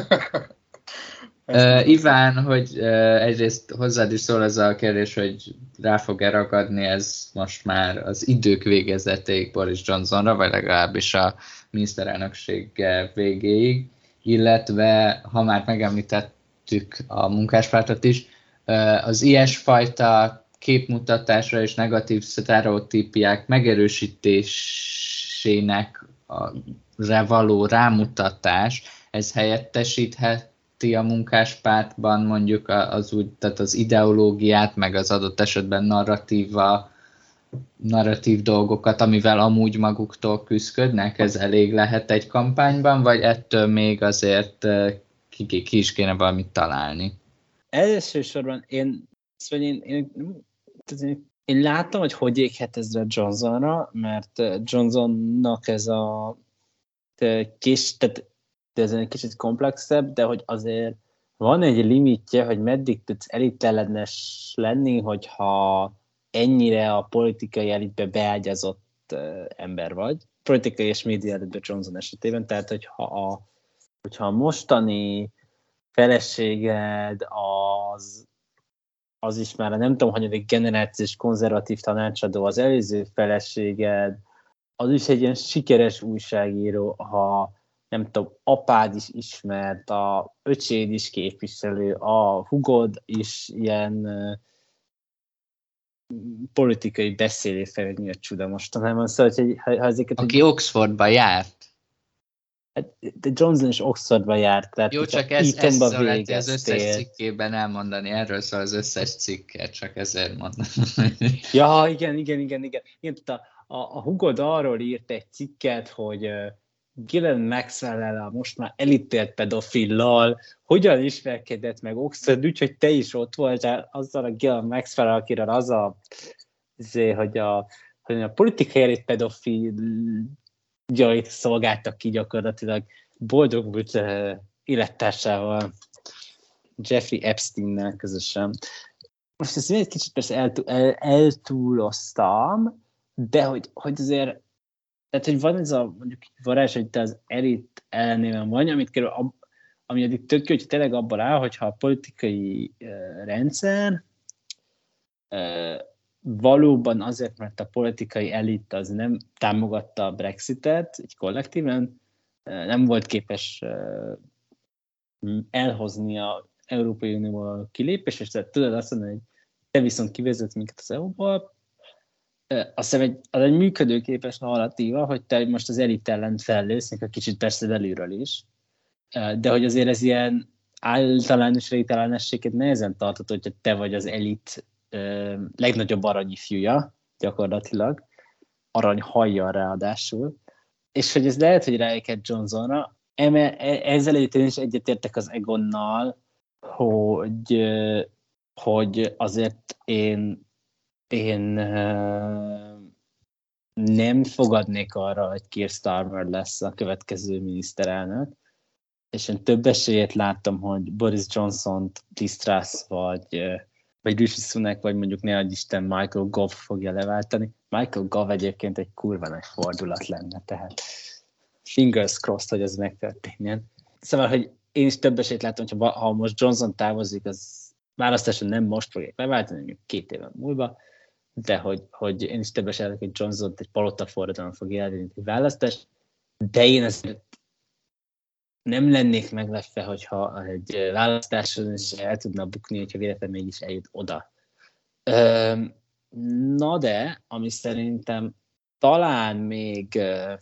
uh, Iván, hogy uh, egyrészt hozzád is szól ez a kérdés, hogy rá fog-e ragadni ez most már az idők végezetéig Boris Johnsonra, vagy legalábbis a miniszterelnökség végéig, illetve, ha már megemlítettük a munkáspártot is, uh, az ilyesfajta képmutatásra és negatív sztereotípiák megerősítésének való rámutatás, ez helyettesítheti a munkáspártban mondjuk az úgy, tehát az ideológiát, meg az adott esetben narratíva, narratív dolgokat, amivel amúgy maguktól küzdködnek, ez elég lehet egy kampányban, vagy ettől még azért ki, ki is kéne valamit találni? Elsősorban én, szóval én, én Én láttam, hogy hogy éghet ez a Johnsonra, mert Johnsonnak ez a kis, tehát ez egy kicsit komplexebb, de hogy azért van egy limitje, hogy meddig tudsz elitellenes lenni, hogyha ennyire a politikai elitbe beágyazott ember vagy. Politikai és média elitbe Johnson esetében, tehát hogyha a, hogyha a mostani feleséged az az is már a nem tudom, hanyadik generációs konzervatív tanácsadó, az előző feleséged, az is egy ilyen sikeres újságíró, ha nem tudom, apád is ismert, a öcséd is képviselő, a hugod is ilyen uh, politikai beszélő fel, hogy mi a csuda mostanában. Szóval, hogy, ha, ha ezeket, Aki egy... Oxfordba járt. De Johnson is Oxfordba járt. Tehát jó, csak ez, ez szólati az összes cikkében elmondani, erről szól az összes cikket, csak ezért mondom. Ja, igen, igen, igen, igen. igen a, a, a hugod arról írt egy cikket, hogy uh, Ghislaine Maxwell-el, most már elítélt pedofillal, hogyan ismerkedett meg Oxford, úgyhogy te is ott voltál azzal a Ghislaine Maxwell-el, akiről az a, azért, hogy a, hogy a politikai elit pedofil gyait szolgáltak ki gyakorlatilag boldog volt uh, élettársával, Jeffrey Epsteinnel közösen. Most ezt egy kicsit persze eltú, el, eltúloztam, de hogy, hogy azért, tehát hogy van ez a mondjuk varázs, hogy te az elit ellenében vagy, amit kerül, ami eddig tök jó, hogy tényleg abban áll, hogyha a politikai uh, rendszer uh, valóban azért, mert a politikai elit az nem támogatta a Brexitet, így kollektíven, nem volt képes elhozni az Európai Unióból kilépést, és tehát tudod azt mondani, hogy te viszont kivezetsz minket az é u-ból, azt hiszem egy, az egy működőképes narratíva, hogy te most az elit ellen fellősz, egy kicsit persze belülről is, de hogy azért ez ilyen általános elitellenességet nehezen tartható, hogyha te vagy az elit legnagyobb aranyifjúja, gyakorlatilag, arany hajjal ráadásul, és hogy ez lehet, hogy ráéket Johnsonra, Eme, ezzel egyébként is egyetértek az Egonnal, hogy, hogy azért én, én nem fogadnék arra, hogy Keir Starmer lesz a következő miniszterelnök, és én több esélyét láttam, hogy Boris Johnson-t, Liz Truss, vagy, vagy Rishi Sunak, vagy mondjuk ne adj Isten Michael Gove fogja leváltani. Michael Gove egyébként egy kurva nagy fordulat lenne, tehát fingers crossed, hogy ez megtörténjen. Szóval, hogy én is több esélyt látom, hogy ha, ha most Johnson távozik, az választáson nem most fogják leváltani, mondjuk két éven múlva, de hogy, hogy én is több esélyt látom, hogy Johnson egy palotaforradalom fog elérni egy választás, de én ezért nem lennék meglepve, hogyha egy választáson is el tudna bukni, hogyha véletlenül mégis eljut oda. Na de, ami szerintem talán még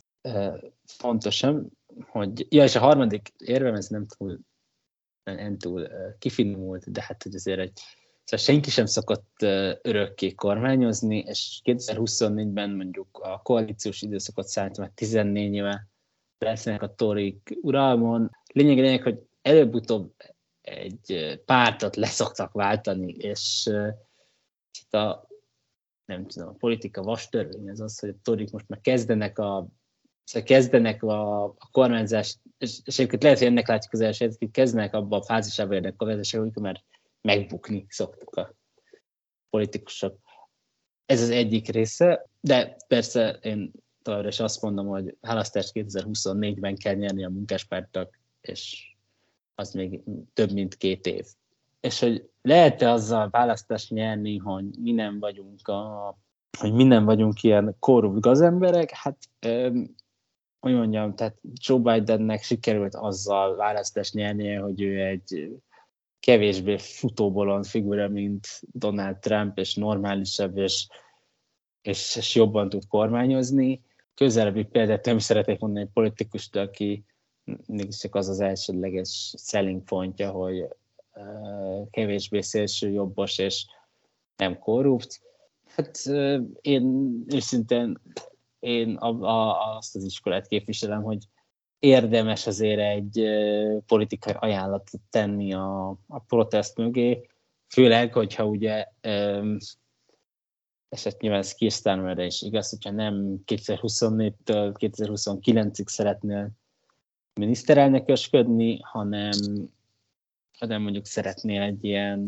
fontosabb, hogy, ja, és a harmadik érvem, ez nem túl, nem túl kifinomult, de hát hogy azért egy, szóval senki sem szokott örökké kormányozni, és kétezer-huszonnégyben mondjuk a koalíciós időszakot számítom, mert tizennégy éve lesznek a torik uralmon. Lényeg, lényeg, hogy előbb-utóbb egy pártot leszoktak váltani, és itt a, nem tudom, a politika vastörvény az az, hogy a torik most már kezdenek a Szóval kezdenek a, a kormányzást, és, és egyébként lehet, hogy ennek látjuk az elsőt, hogy kezdenek abban a fázisában érnek a kormányzások, amikor már megbukni szoktuk a politikusok. Ez az egyik része, de persze én továbbra is azt mondom, hogy választást kétezer-huszonnégyben kell nyerni a munkáspártnak, és az még több, mint két év. És hogy lehet-e azzal választást nyerni, hogy mi nem vagyunk, a, hogy mi nem vagyunk ilyen korrupt gazemberek, hát öm, hogy mondjam, tehát Joe Bidennek sikerült azzal választást nyernie, hogy ő egy kevésbé futóbolond figura, mint Donald Trump, és normálisabb, és, és, és jobban tud kormányozni. Közelebbi példát nem szeretnék mondani egy politikust, aki csak az az elsődleges selling pontja, hogy uh, kevésbé szélső jobbos, és nem korrupt. Hát uh, én őszintén én a, a, azt az iskolát képviselem, hogy érdemes azért egy uh, politikai ajánlatot tenni a, a protest mögé, főleg, hogyha ugye um, eset nyilván Keir Starmerre is igaz, hogyha nem kétezer-huszonnégytől kétezer-huszonkilencig szeretnél miniszterelnökösködni, hanem, hanem mondjuk szeretnél egy ilyen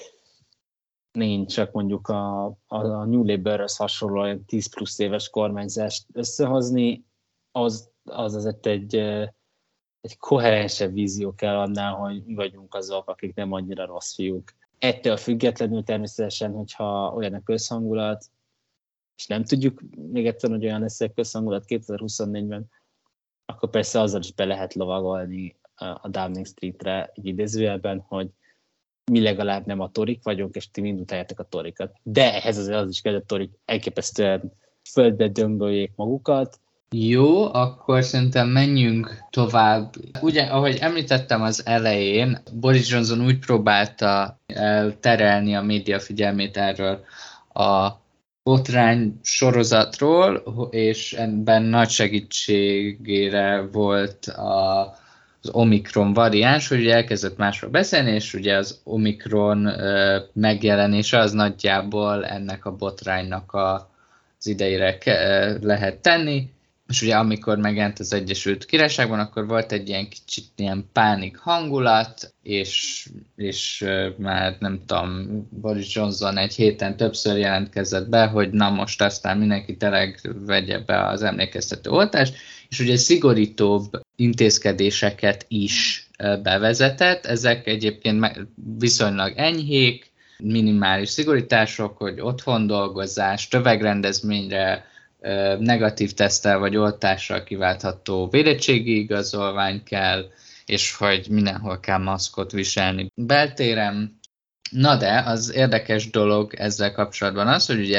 nincs csak mondjuk a, a, a New Labour-höz hasonló tíz plusz éves kormányzást összehozni, az, az azért egy, egy koherensebb vízió kell annál, hogy mi vagyunk azok, akik nem annyira rossz fiúk. Ettől függetlenül természetesen, hogyha olyan a közhangulat, és nem tudjuk még egyszer, hogy olyan lesz a közhangulat kétezer-huszonnégyben, akkor persze azzal is be lehet lovagolni a Downing Streetre egy idézőjelben, hogy mi legalább nem a torik vagyunk, és ti mind utáljátok a torikat. De ehhez azért az is kell, hogy a torik elképesztően földbe döngöljék magukat. Jó, akkor szerintem menjünk tovább. Ugye, ahogy említettem az elején, Boris Johnson úgy próbálta elterelni a média figyelmét erről a botrány sorozatról, és ebben nagy segítségére volt a, az Omikron variáns, hogy elkezdett másról beszélni, és ugye az Omikron uh, megjelenése az nagyjából ennek a botránynak a, az idejére ke, lehet tenni. És ugye amikor megjelent az Egyesült Királyságban, akkor volt egy ilyen kicsit ilyen pánik hangulat, és, és uh, már nem tudom, Boris Johnson egy héten többször jelentkezett be, hogy na most aztán mindenki tényleg vegye be az emlékeztető oltást, és ugye szigorítóbb intézkedéseket is uh, bevezetett, ezek egyébként viszonylag enyhék, minimális szigorítások, hogy otthon dolgozás, tömegrendezményre, negatív teszttel vagy oltással kiváltható védettségi igazolvány kell, és hogy mindenhol kell maszkot viselni beltéren. Na de az érdekes dolog ezzel kapcsolatban az, hogy ugye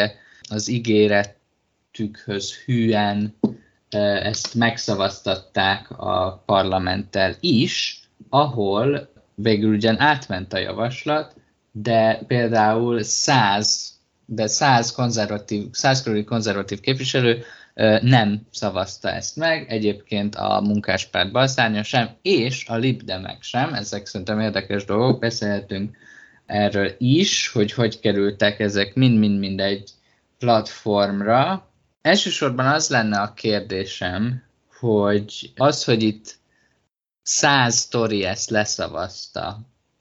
az ígéretükhöz hűen ezt megszavaztatták a parlamenttel is, ahol végül ugyan átment a javaslat, de például száz, de száz konzervatív, száz körüli konzervatív képviselő nem szavazta ezt meg, egyébként a Munkáspárt balszárnya sem, és a libdemek sem, ezek szerintem érdekes dolgok, beszélhetünk erről is, hogy hogy kerültek ezek mind-mind-mind egy platformra. Elsősorban az lenne a kérdésem, hogy az, hogy itt száz sztori ezt leszavazta,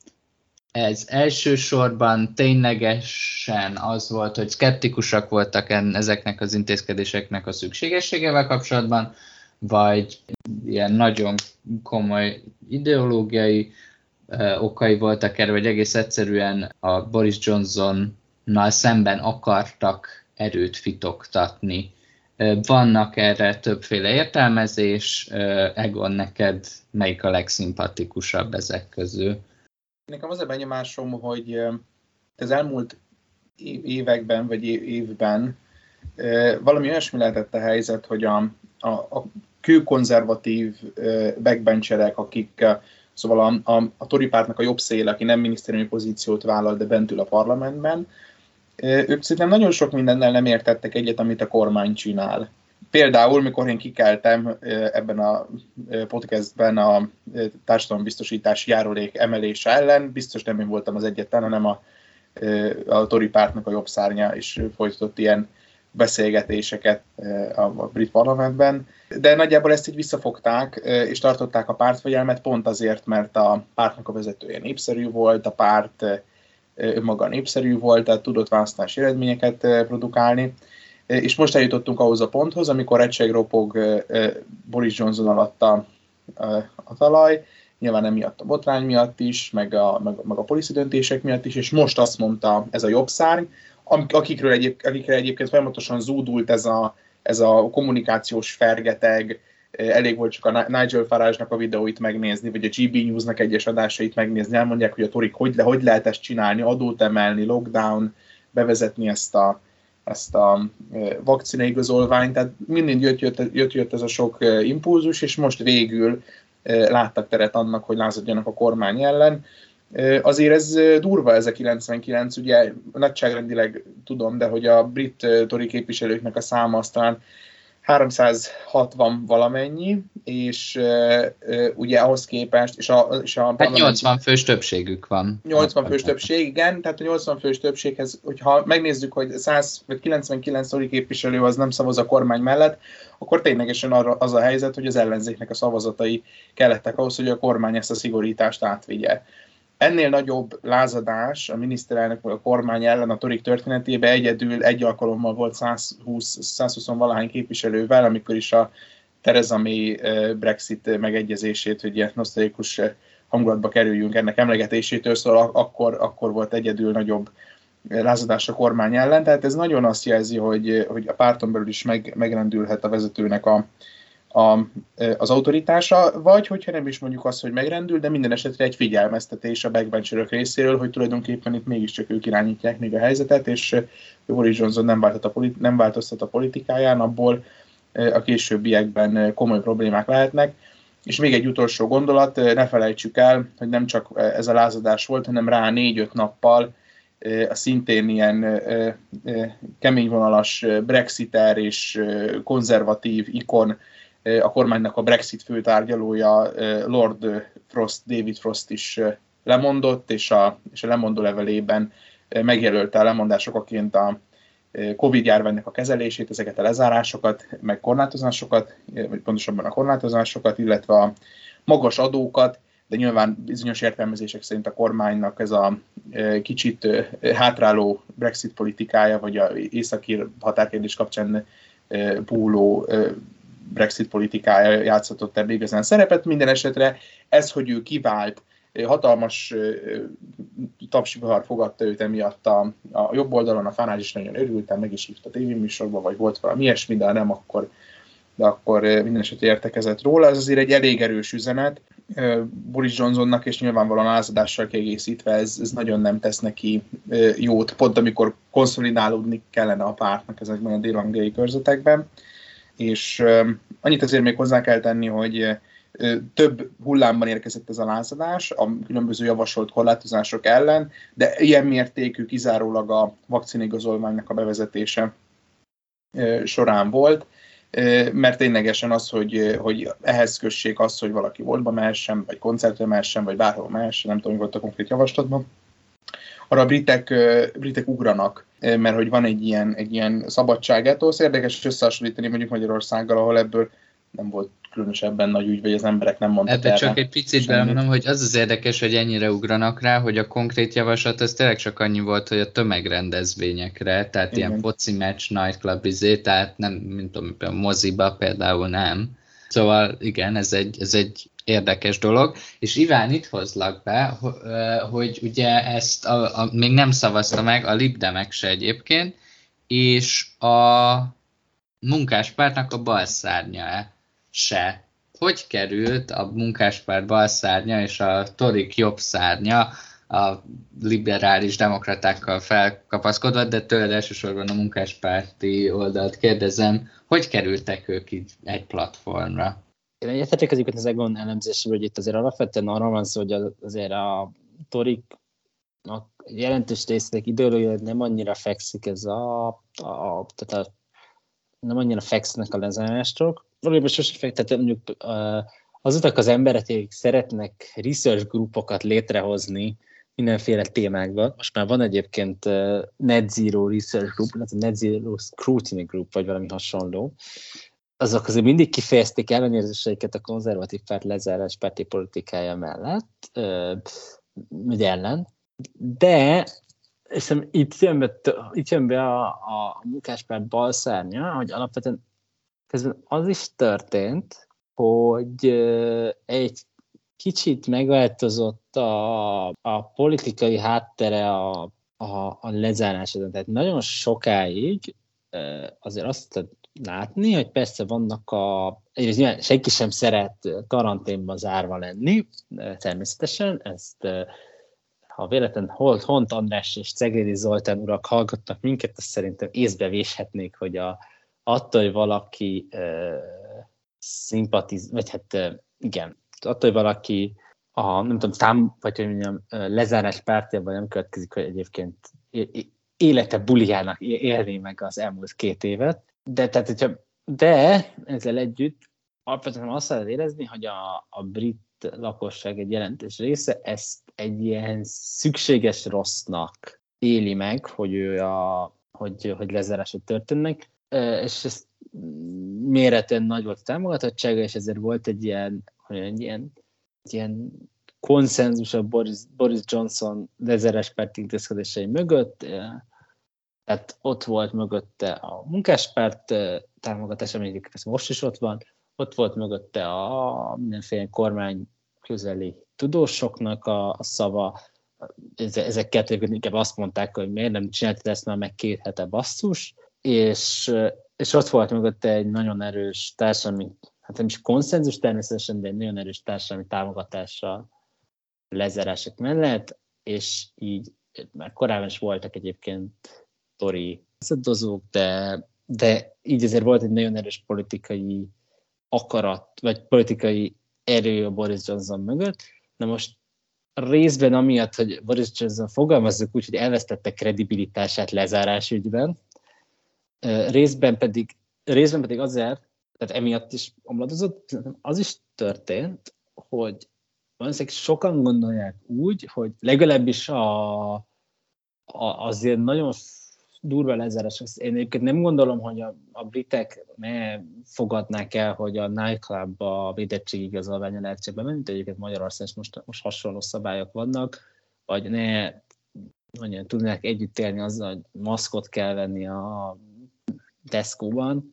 ez elsősorban ténylegesen az volt, hogy szkeptikusak voltak ezeknek az intézkedéseknek a szükségességével kapcsolatban, vagy ilyen nagyon komoly ideológiai ö, okai voltak erre, vagy egész egyszerűen a Boris Johnsonnal szemben akartak erőt fitoktatni. Vannak erre többféle értelmezés. Egon, neked melyik a legszimpatikusabb ezek közül? Nekem az a benyomásom, hogy az elmúlt években, vagy évben valami olyasmi lehetett a helyzet, hogy a, a, a kőkonzervatív backbencherek, akik, szóval a, a, a Tory pártnak a jobb szél, aki nem minisztériumi pozíciót vállal, de bent ül a parlamentben, ők szerintem nagyon sok mindennel nem értettek egyet, amit a kormány csinál. Például, mikor én kikeltem ebben a podcastben a társadalombiztosítási járulék emelése ellen, biztos nem én voltam az egyetlen, hanem a, a Tory pártnak a jobb szárnya is folytatott ilyen beszélgetéseket a brit parlamentben. De nagyjából ezt így visszafogták, és tartották a pártfegyelmet pont azért, mert a pártnak a vezetője népszerű volt, a párt önmaga népszerű volt, tehát tudott választási eredményeket produkálni. És most eljutottunk ahhoz a ponthoz, amikor egység ropog Boris Johnson alatt a, a talaj, nyilván emiatt a botrány miatt is, meg a, meg, meg a policy döntések miatt is, és most azt mondta ez a jobb szárny, akikről egyéb, akikre egyébként folyamatosan zúdult ez a, ez a kommunikációs fergeteg, elég volt csak a Nigel Farage-nak a videóit megnézni, vagy a gé bé News-nak egyes adásait megnézni, elmondják, hogy a torik hogy, le, hogy lehet ezt csinálni, adót emelni, lockdown, bevezetni ezt a, ezt a vakcinaigazolványt, tehát mindig jött, jött, jött, jött ez a sok impulzus, és most végül láttak teret annak, hogy lázadjanak a kormány ellen. Azért ez durva, ez a kilencvenkilenc, ugye nagyságrendileg tudom, de hogy a brit tori képviselőknek a száma aztán háromszázhatvan valamennyi, és uh, uh, ugye ahhoz képest, és a, és a hát nyolcvan fős többségük van. nyolcvan fős többség, igen, tehát a nyolcvan fős többséghez, hogyha megnézzük, hogy száz vagy kilencvenkilenc tori képviselő az nem szavaz a kormány mellett, akkor ténylegesen arra az a helyzet, hogy az ellenzéknek a szavazatai kellettek ahhoz, hogy a kormány ezt a szigorítást átvigye. Ennél nagyobb lázadás a miniszterelnök vagy a kormány ellen a torik történetében egyedül egy alkalommal volt száz húsz száz húsz valahány képviselővel, amikor is a Theresa May Brexit megegyezését, hogy ilyen nosztalikus hangulatba kerüljünk ennek emlegetésétől, szóval akkor, akkor volt egyedül nagyobb lázadás a kormány ellen. Tehát ez nagyon azt jelzi, hogy, hogy a párton belül is meg, megrendülhet a vezetőnek a A, az autoritása, vagy hogyha nem is mondjuk azt, hogy megrendül, de minden esetre egy figyelmeztetés a backbencherök részéről, hogy tulajdonképpen itt mégiscsak ők irányítják még a helyzetet, és Boris Johnson nem, a politi- nem változtat a politikáján, abból a későbbiekben komoly problémák lehetnek. És még egy utolsó gondolat, ne felejtsük el, hogy nem csak ez a lázadás volt, hanem rá négy-öt nappal a szintén ilyen keményvonalas brexiter és konzervatív ikon, a kormánynak a Brexit főtárgyalója Lord Frost, David Frost is lemondott, és a, és a lemondó levelében megjelölte a lemondásokaként a Covid-járványnak a kezelését, ezeket a lezárásokat, meg korlátozásokat, vagy pontosabban a korlátozásokat, illetve a magas adókat, de nyilván bizonyos értelmezések szerint a kormánynak ez a kicsit hátráló Brexit politikája, vagy a északír határkérdés kapcsán púló Brexit politikája játszhatott ebben igazán szerepet. Minden esetre ez, hogy ő kivált, hatalmas tapsivihar fogadta őt emiatt a, a jobb oldalon, a Farage is nagyon örült, meg is hívta tévéműsorba, vagy volt valami ilyesmi, de nem, akkor, de akkor minden esetre értekezett róla. Ez azért egy elég erős üzenet, Boris Johnsonnak, és nyilvánvalóan lázadással kiegészítve ez, ez nagyon nem tesz neki jót, pont amikor konszolidálódni kellene a pártnak ezekben a dél-angliai körzetekben. És annyit azért még hozzá kell tenni, hogy több hullámban érkezett ez a lázadás a különböző javasolt korlátozások ellen, de ilyen mértékű kizárólag a vakcinaigazolványnak a bevezetése során volt, mert ténylegesen az, hogy, hogy ehhez kössék azt, hogy valaki boltba mehessen, vagy koncertre mehessen, vagy bárhol mehessen, nem tudom, hogy volt a konkrét javaslatban, arra a britek, britek ugranak, mert hogy van egy ilyen, egy ilyen szabadságától. Az érdekes összehasonlítani mondjuk Magyarországgal, ahol ebből nem volt különösebben nagy ügy, vagy az emberek nem mondtak erre. Ebben csak egy picit belemondom, hogy az az érdekes, hogy ennyire ugranak rá, hogy a konkrét javaslat az tényleg csak annyi volt, hogy a tömegrendezvényekre, tehát igen, ilyen foci meccs, nightclub izé, tehát nem, mint tudom, a moziba például nem. Szóval igen, ez egy, ez egy érdekes dolog. És Iván, itt hozlak be, hogy ugye ezt a, a, még nem szavazta meg a libdemek se egyébként, és a munkáspártnak a balszárnya se. Hogy került a munkáspárt balszárnya és a torik jobb szárnya a liberális demokratákkal felkapaszkodva, de tőled elsősorban a munkáspárti oldalt kérdezem, hogy kerültek ők így egy platformra? Én egyetetek ezeket az Egon elemzéséből, hogy itt azért alapvetően arra van szó, hogy azért a torik a jelentős részletek ideológiai nem annyira fekszik ez a, a, tehát a nem annyira feksznek a lezárások. Valójában sosem fektetem, mondjuk azok az emberek, akik szeretnek research grupokat létrehozni mindenféle témákban. Most már van egyébként Net Zero Research Group, illetve Net Zero Scrutiny Group, vagy valami hasonló. Azok azért mindig kifejezték ellenérzéseiket a konzervatív párt lezárás párti politikája mellett, vagy ellen. De és itt jön be, itt jön be a, a munkáspárt balszárnya, hogy alapvetően közben az is történt, hogy egy kicsit megváltozott a, a politikai háttere a, a, a lezárásodon. Tehát nagyon sokáig azért azt látni, hogy persze vannak a... Egyrészt senki sem szeret karanténban zárva lenni, természetesen, ezt ha véletlen Holt, Hont András és Ceglédi Zoltán urak hallgatnak minket, azt szerintem észbe véshetnék, hogy a, attól, hogy valaki uh, szimpatiz, vagy hát uh, igen, attól, hogy valaki a, nem tudom, szám, vagy hogy mondjam, uh, lezárás pártjában nem következik, hogy egyébként élete buliának élné meg az elmúlt két évet. De, tehát, hogyha, de ezzel együtt alapvetően azt lehet érezni, hogy a, a brit lakosság egy jelentős része ezt egy ilyen szükséges rossznak éli meg, hogy, ő a, hogy, hogy lezárások történnek, és ez méretűen nagy volt a támogatottsága, és ezért volt egy ilyen, egy ilyen, egy ilyen konszenzus a Boris, Boris Johnson lezárás párti intézkedései mögött, tehát ott volt mögötte a munkáspárt támogatása, amelyik most is ott van, ott volt mögötte a mindenféle kormány közeli tudósoknak a, a szava. Ezek kettők inkább azt mondták, hogy miért nem csináltad ezt már meg két hete basszus, és, és ott volt mögötte egy nagyon erős társadalmi, hát nem is konszenzus természetesen, de egy nagyon erős társadalmi támogatása lezárások mellett, és így már korábban is voltak egyébként tori szedozók, de, de így azért volt egy nagyon erős politikai akarat, vagy politikai erő a Boris Johnson mögött. Na most részben amiatt, hogy Boris Johnson fogalmazzuk úgy, hogy elvesztette kredibilitását lezárás ügyben, részben pedig, részben pedig azért, tehát emiatt is omladozott, az is történt, hogy valószínűleg sokan gondolják úgy, hogy legalábbis a, a, azért nagyon durva lezárás. Én egyébként nem gondolom, hogy a, a britek ne fogadnák el, hogy a nightclub a védettségigazolványa lehet csak bemenni, mint egyébként Magyarországon most, most hasonló szabályok vannak, vagy ne mondjam, tudnák együtt élni azzal, hogy maszkot kell venni a Tesco-ban,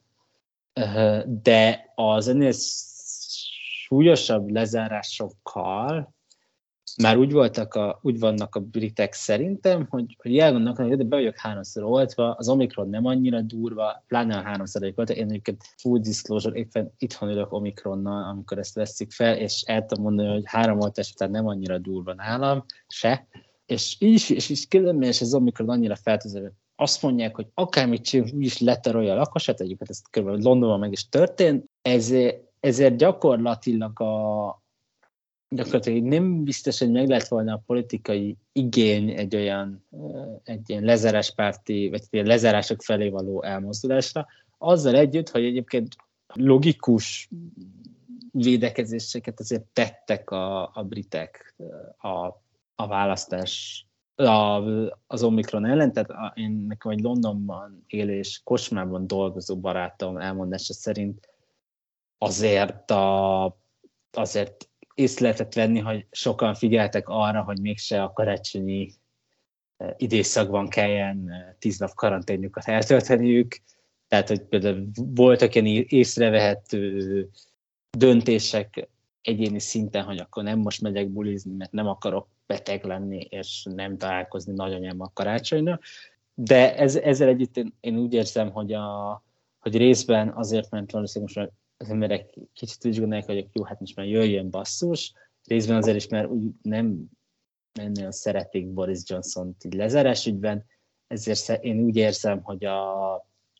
de az ennél súlyosabb lezárásokkal már úgy voltak, a, úgy vannak a britek szerintem, hogy, hogy elgondolnak, hogy be vagyok háromszor oltva, az Omikron nem annyira durva, pláne a háromszor volt. Én egyébként full disclosure, éppen itthon ülök Omikronnal, amikor ezt veszik fel, és el tudom mondani, hogy három oltás után nem annyira durva nálam, se. És így és is különben, és az Omikron annyira feltűző. Azt mondják, hogy akármit csináljuk, úgy is letarolja a lakosát, egyébként ez kb. Londonban meg is történt, ezért, ezért gyakorlatilag a gyakorlatilag nem biztos, hogy meg lett volna a politikai igény egy olyan egy ilyen lezáráspárti, vagy egy lezárások felé való elmozdulásra, azzal együtt, hogy egyébként logikus védekezéseket azért tettek a, a britek a, a választás a, az Omikron ellen, tehát a, én nekem egy Londonban élő és kocsmában dolgozó barátom elmondása szerint azért a, azért észre lehetett venni, hogy sokan figyeltek arra, hogy mégse a karácsonyi időszakban kelljen tíz nap karanténjukat eltölteniük. Tehát, hogy például voltak ilyen észrevehető döntések egyéni szinten, hogy akkor nem most megyek bulizni, mert nem akarok beteg lenni, és nem találkozni nagyanyámmal karácsonyra. De ez, ezzel együtt én, én úgy érzem, hogy, a, hogy részben azért, mert valószínűleg most az emberek kicsit úgy gondolják, hogy jó, hát most már jöjjön basszus, részben azért is, mert úgy nem, nem nagyon szeretik Boris Johnson-t így lezárás ügyben, ezért én úgy érzem, hogy a,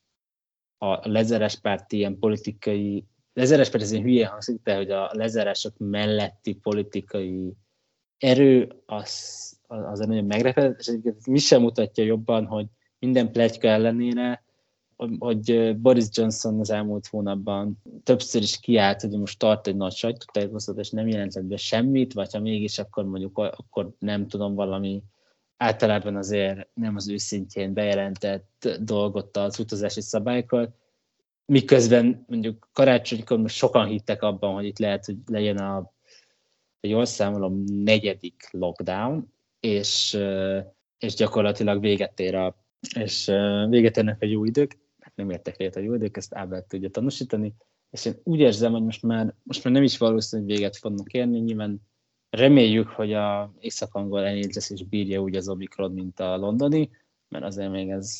a lezáráspárti ilyen politikai, lezáráspárt ez ilyen hülye hangzik, de hogy a lezárások melletti politikai erő az, az nagyon meglepett, és egyébként mi sem mutatja jobban, hogy minden pletyka ellenére, hogy Boris Johnson az elmúlt hónapban többször is kiállt, hogy most tart egy nagy sajtótájékoztatást, és nem jelentett be semmit, vagy ha mégis, akkor mondjuk akkor nem tudom, valami általában azért nem az őszintjén bejelentett dolgot az utazási szabályokkal, miközben mondjuk karácsonykor most sokan hittek abban, hogy itt lehet, hogy legyen a, jól számolom, negyedik lockdown, és, és gyakorlatilag véget ér a és véget érnek a jó idők, nem értek véget a jó idők, ezt Ábel tudja tanúsítani, és én úgy érzem, hogy most már, most már nem is valószínű, hogy véget fognak érni, nyilván reméljük, hogy a észak-angol en há es is bírja úgy az Omikron, mint a londoni, mert azért még ez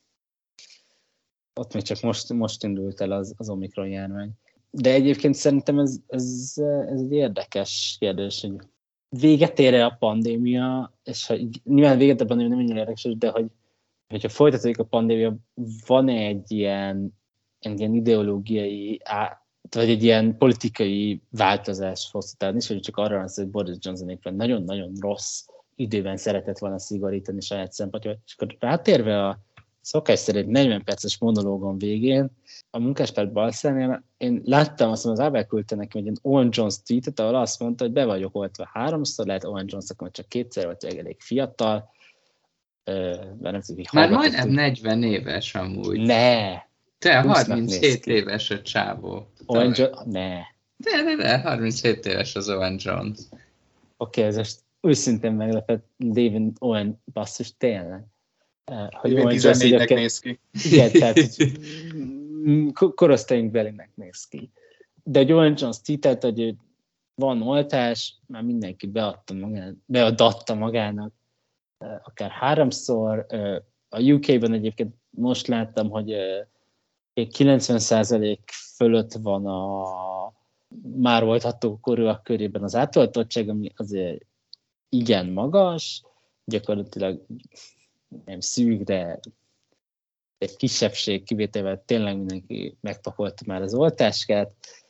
ott még csak most, most indult el az, az Omikron járvány. De egyébként szerintem ez, ez, ez egy érdekes kérdés, hogy véget ér-e a pandémia, és ha nyilván véget a pandémia nem ennyire érdekes, de hogy hogyha folytatódik a pandémia, van-e egy ilyen, egy ilyen ideológiai, vagy egy ilyen politikai változás hosszú távon is, hogy csak arra van szó, hogy Boris Johnson éppen nagyon-nagyon rossz időben szeretett volna szigorítani saját szempontjából. És akkor rátérve a szokás szerint negyven perces monológon végén, a munkáspárt Balszánál én láttam, azt mondom, az Ábel küldte nekem egy ilyen Owen Jones tweetet, ahol azt mondta, hogy be vagyok oltva háromszor, lehet Owen Jones akkor csak kétszer volt, elég fiatal, Uh, már majdnem negyven éves amúgy. Ne! Te harminchét éves a csávó. Owen Jones? Ne. De, de, de, harminchét éves az Owen Jones. Oké, okay, ez most őszintén meglepett David Owen basszus tényleg. Uh, hogy Owen tizennégynek néz ki. Igen, tehát korosztályunk belének néz ki. De egy Owen Jones titelt, hogy van oltás, már mindenki beadta magának, beadatta magának, akár háromszor. A u ká-ben egyébként most láttam, hogy kilencven százalék fölött van a már oltható korúak körében az átoltottság, ami azért igen magas, gyakorlatilag nem szűk, de egy kisebbség kivételével tényleg mindenki megpakolta már az oltáskát.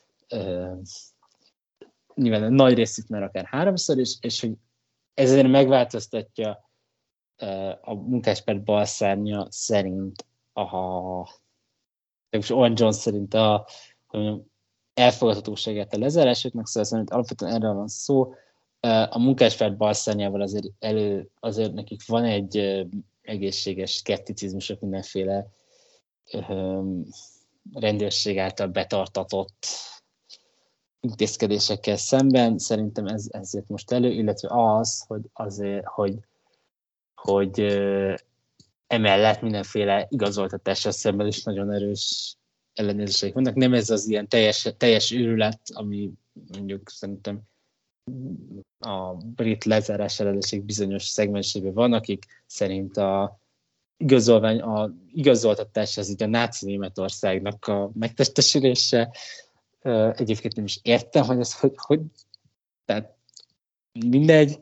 Nyilván a nagy részét már akár háromszor is, és hogy ezért megváltoztatja a munkáspárt balszárnya szerint a, most Owen Jones szerint a, a elfogadhatóságát a lezárásoknak, szóval szerint alapvetően erről van szó. A munkáspárt balszárnyával azért, elő, azért nekik van egy egészséges szkepticizmusok mindenféle um, rendőrség által betartatott intézkedésekkel szemben. Szerintem ez ezért most elő, illetve az, hogy azért, hogy hogy uh, emellett mindenféle igazoltatással szemben is nagyon erős ellenőrzések vannak. Nem ez az ilyen teljes, teljes őrület, ami mondjuk szerintem a brit lezárás eredettség bizonyos szegmensében van, akik szerint a igazolvány, a igazoltatás az így a náci Németországnak a megtestesülése. Egyébként nem is értem, hogy ez hogy, hogy tehát mindegy,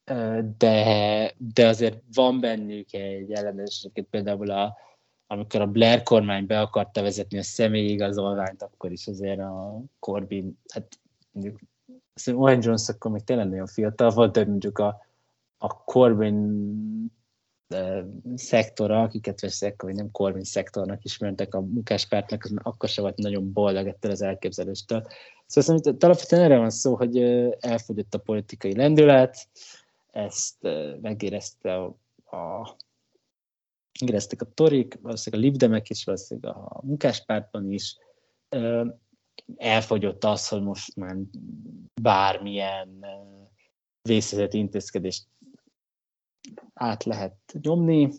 de, de azért van bennük egy ellenes, például a, amikor a Blair kormány be akarta vezetni a személyi igazolványt, akkor is azért a Corbyn, hát mondjuk azt mondjuk Owen Jones akkor még tényleg nagyon fiatal volt, de mondjuk a, a Corbyn e, szektora, akiket veszek, vagy nem Corbyn szektornak ismertek a munkáspártnak, az akkor sem volt nagyon boldog ettől az elképzeléstől. Szóval azt alapvetően erre van szó, hogy elfogyott a politikai lendület, ezt megérezte a, a éreztek a torik, valószínűleg a libdemek is, valószínűleg a munkáspártban is. Elfogyott az, hogy most már bármilyen vészhelyzeti intézkedést át lehet nyomni,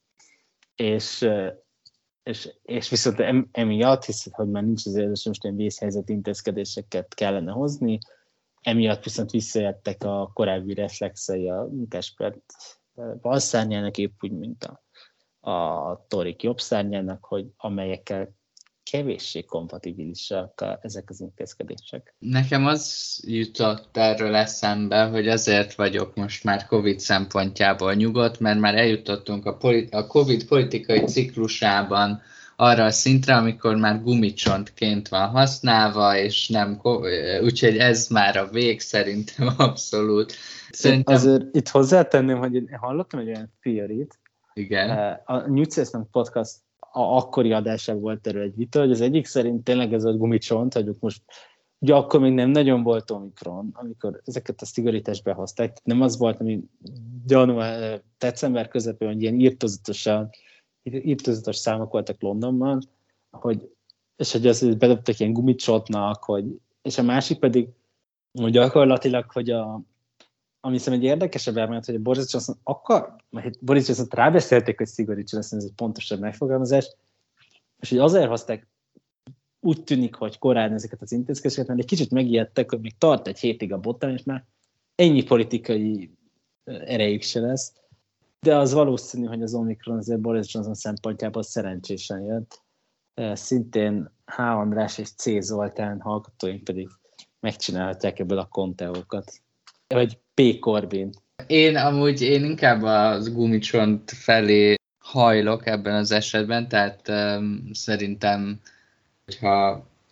és, és, és viszont emiatt, hiszem, hogy már nincs azért, hogy most ilyen vészhelyzeti intézkedéseket kellene hozni, emiatt viszont visszajöttek a korábbi reflexei a munkáspárt balszárnyának, épp úgy, mint a a torik jobb szárnyának, hogy amelyekkel kevéssé kompatibilisak ezek az intézkedések. Nekem az jutott erről eszembe, hogy azért vagyok most már Covid szempontjából nyugodt, mert már eljutottunk a, politi- a Covid politikai ciklusában arra a szintre, amikor már gumicsontként van használva, és nem, úgyhogy ez már a vég szerintem abszolút. Szerintem... Azért itt hozzátenném, hogy én hallottam egy olyan theorit, igen. A New Testament podcast a akkori adásában volt erről egy vita, hogy az egyik szerint tényleg ez a gumicsont, hogy most ugye akkor még nem nagyon volt Omikron, amikor ezeket a szigorítást behozták, nem az volt, ami január, december közepén, hogy ilyen írtózatosan, írtózatos számok voltak Londonban, hogy, és hogy azt bedobtak ilyen gumicsontnak, hogy, és a másik pedig, hogy gyakorlatilag, hogy a ami szerintem egy érdekesebb elmélet, hogy a Boris Johnson akar, mert Boris Johnson-t rábeszélték, hogy szigorítson, azt ez egy pontosabb megfogalmazás, és hogy azért hozták, úgy tűnik, hogy korán ezeket az intézkedéseket, mert egy kicsit megijedtek, hogy még tart egy hétig a botán, és már ennyi politikai erejük se lesz. De az valószínű, hogy az Omikron azért Boris Johnson szempontjából szerencsésen jött. Szintén H. András és C. Zoltán hallgatóink pedig megcsinálhatják ebből a konteókat. Vagy P. Corbyn. Én amúgy én inkább az gumicsont felé hajlok ebben az esetben, tehát um, szerintem, hogyha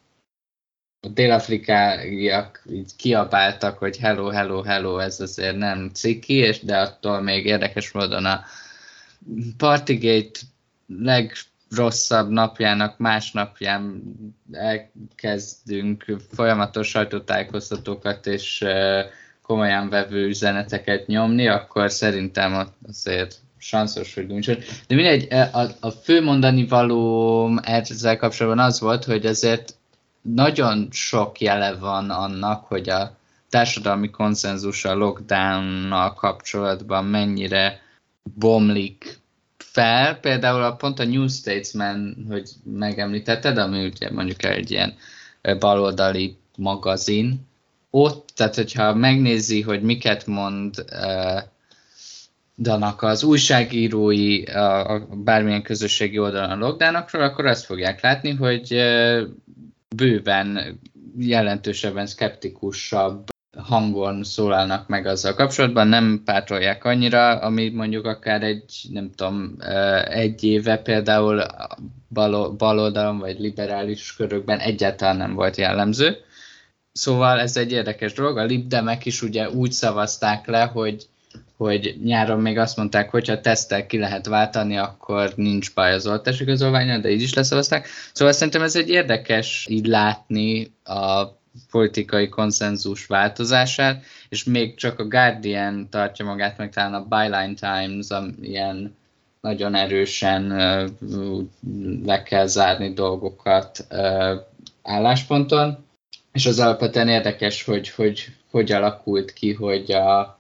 a dél-afrikaiak így kiabáltak, hogy hello, hello, hello, ez azért nem ciki, és de attól még érdekes módon a Partygate legrosszabb napjának másnapján elkezdünk folyamatos sajtótájékoztatókat és uh, komolyan vevő üzeneteket nyomni, akkor szerintem azért sanszos, hogy nincs. De mindegy, a, a fő mondani valóm ezzel kapcsolatban az volt, hogy azért nagyon sok jele van annak, hogy a társadalmi konszenzus a lockdownnal kapcsolatban mennyire bomlik fel. Például a, pont a New Statesman, hogy megemlítetted, ami ugye mondjuk egy ilyen baloldali magazin, ott, tehát hogyha megnézi, hogy miket mond uh, danak az újságírói a, a bármilyen közösségi oldalon a lockdownokról, akkor azt fogják látni, hogy uh, bőven jelentősebben szkeptikusabb hangon szólalnak meg azzal kapcsolatban, nem pártolják annyira, ami mondjuk akár egy, nem tudom, uh, egy éve például bal, baloldalon vagy liberális körökben egyáltalán nem volt jellemző. Szóval ez egy érdekes dolog. A libdemek is ugye úgy szavazták le, hogy, hogy nyáron még azt mondták, hogy ha teszttel ki lehet váltani, akkor nincs baj az oltási igazolványon, de így is leszavazták. Szóval szerintem ez egy érdekes így látni a politikai konszenzus változását, és még csak a Guardian tartja magát, meg talán a Byline Times, ilyen nagyon erősen uh, le kell zárni dolgokat uh, állásponton. És az alapvetően érdekes, hogy, hogy hogy alakult ki, hogy a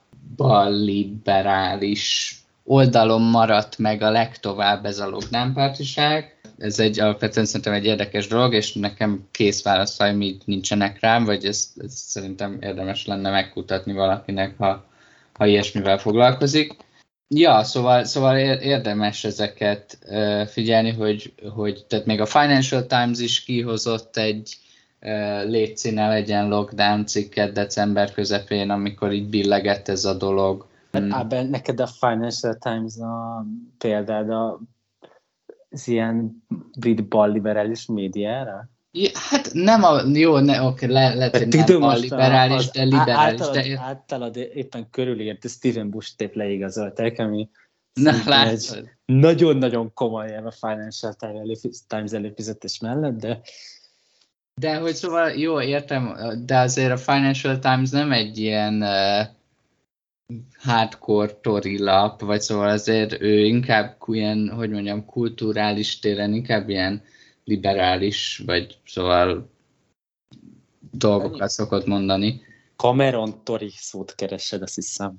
balliberális oldalon maradt meg a legtovább ez a lockdown pártiság. ez egy alapvetően szerintem egy érdekes dolog, és nekem kész válaszaim nincsenek rám, vagy ezt, ezt szerintem érdemes lenne megkutatni valakinek, ha, ha ilyesmivel foglalkozik. Ja, szóval, szóval érdemes ezeket uh, figyelni, hogy, hogy tehát még a Financial Times is kihozott egy uh, létszi ne legyen lockdown cikket december közepén, amikor így billegett ez a dolog. Hmm. Ábel, neked a Financial Times a példád az ilyen brit balliberális médiára? Ja, hát nem a, jó, ne, oké, le, lehet, hogy nem balliberális, de liberális. Általad, de... általad éppen körülért Stephen Bush tép leigazolták, ami Na, egy nagyon-nagyon komoly a Financial Times előfizetés mellett, de de hogy szóval, jó, értem, de azért a Financial Times nem egy ilyen uh, hardcore tori lap, vagy szóval azért ő inkább ilyen, hogy mondjam, kulturális téren, inkább ilyen liberális, vagy szóval dolgokat szokott mondani. Cameron tori szót keresed, azt hiszem.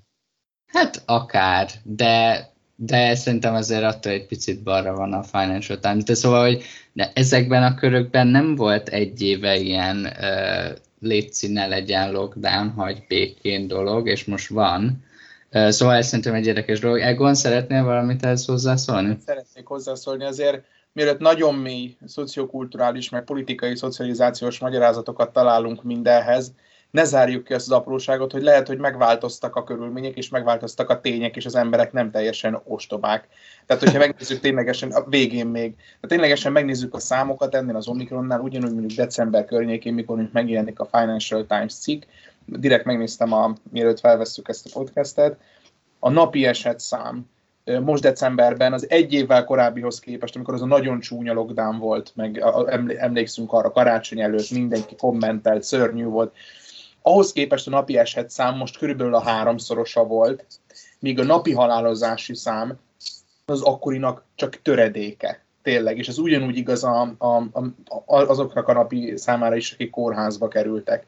Hát akár, de, de szerintem azért attól egy picit balra van a Financial Times. De szóval, hogy de ezekben a körökben nem volt egy éve ilyen uh, létszi ne legyen lockdown, hagy békén dolog, és most van. Uh, szóval ez szerintem egy érdekes dolog. Egon, szeretnél valamit ehhez hozzászólni? Szeretnék hozzászólni, azért mielőtt nagyon mély szociokulturális, meg politikai szocializációs magyarázatokat találunk mindenhez, ne zárjuk ki azt az apróságot, hogy lehet, hogy megváltoztak a körülmények, és megváltoztak a tények, és az emberek nem teljesen ostobák. Tehát, hogyha megnézzük ténylegesen, a végén még, de ténylegesen megnézzük a számokat ennél az Omikronnál, ugyanúgy mondjuk december környékén, mikor megjelenik a Financial Times cikk, direkt megnéztem, a, mielőtt felvesszük ezt a podcastet, a napi esetszám most decemberben az egy évvel korábbihoz képest, amikor az a nagyon csúnya lockdown volt, meg emlékszünk arra karácsony előtt, mindenki kommentelt, szörnyű volt, ahhoz képest a napi esetszám most körülbelül a háromszorosa volt, míg a napi halálozási szám az akkorinak csak töredéke. Tényleg, és ez ugyanúgy igaz a, a, a, azoknak a napi számára is, akik kórházba kerültek.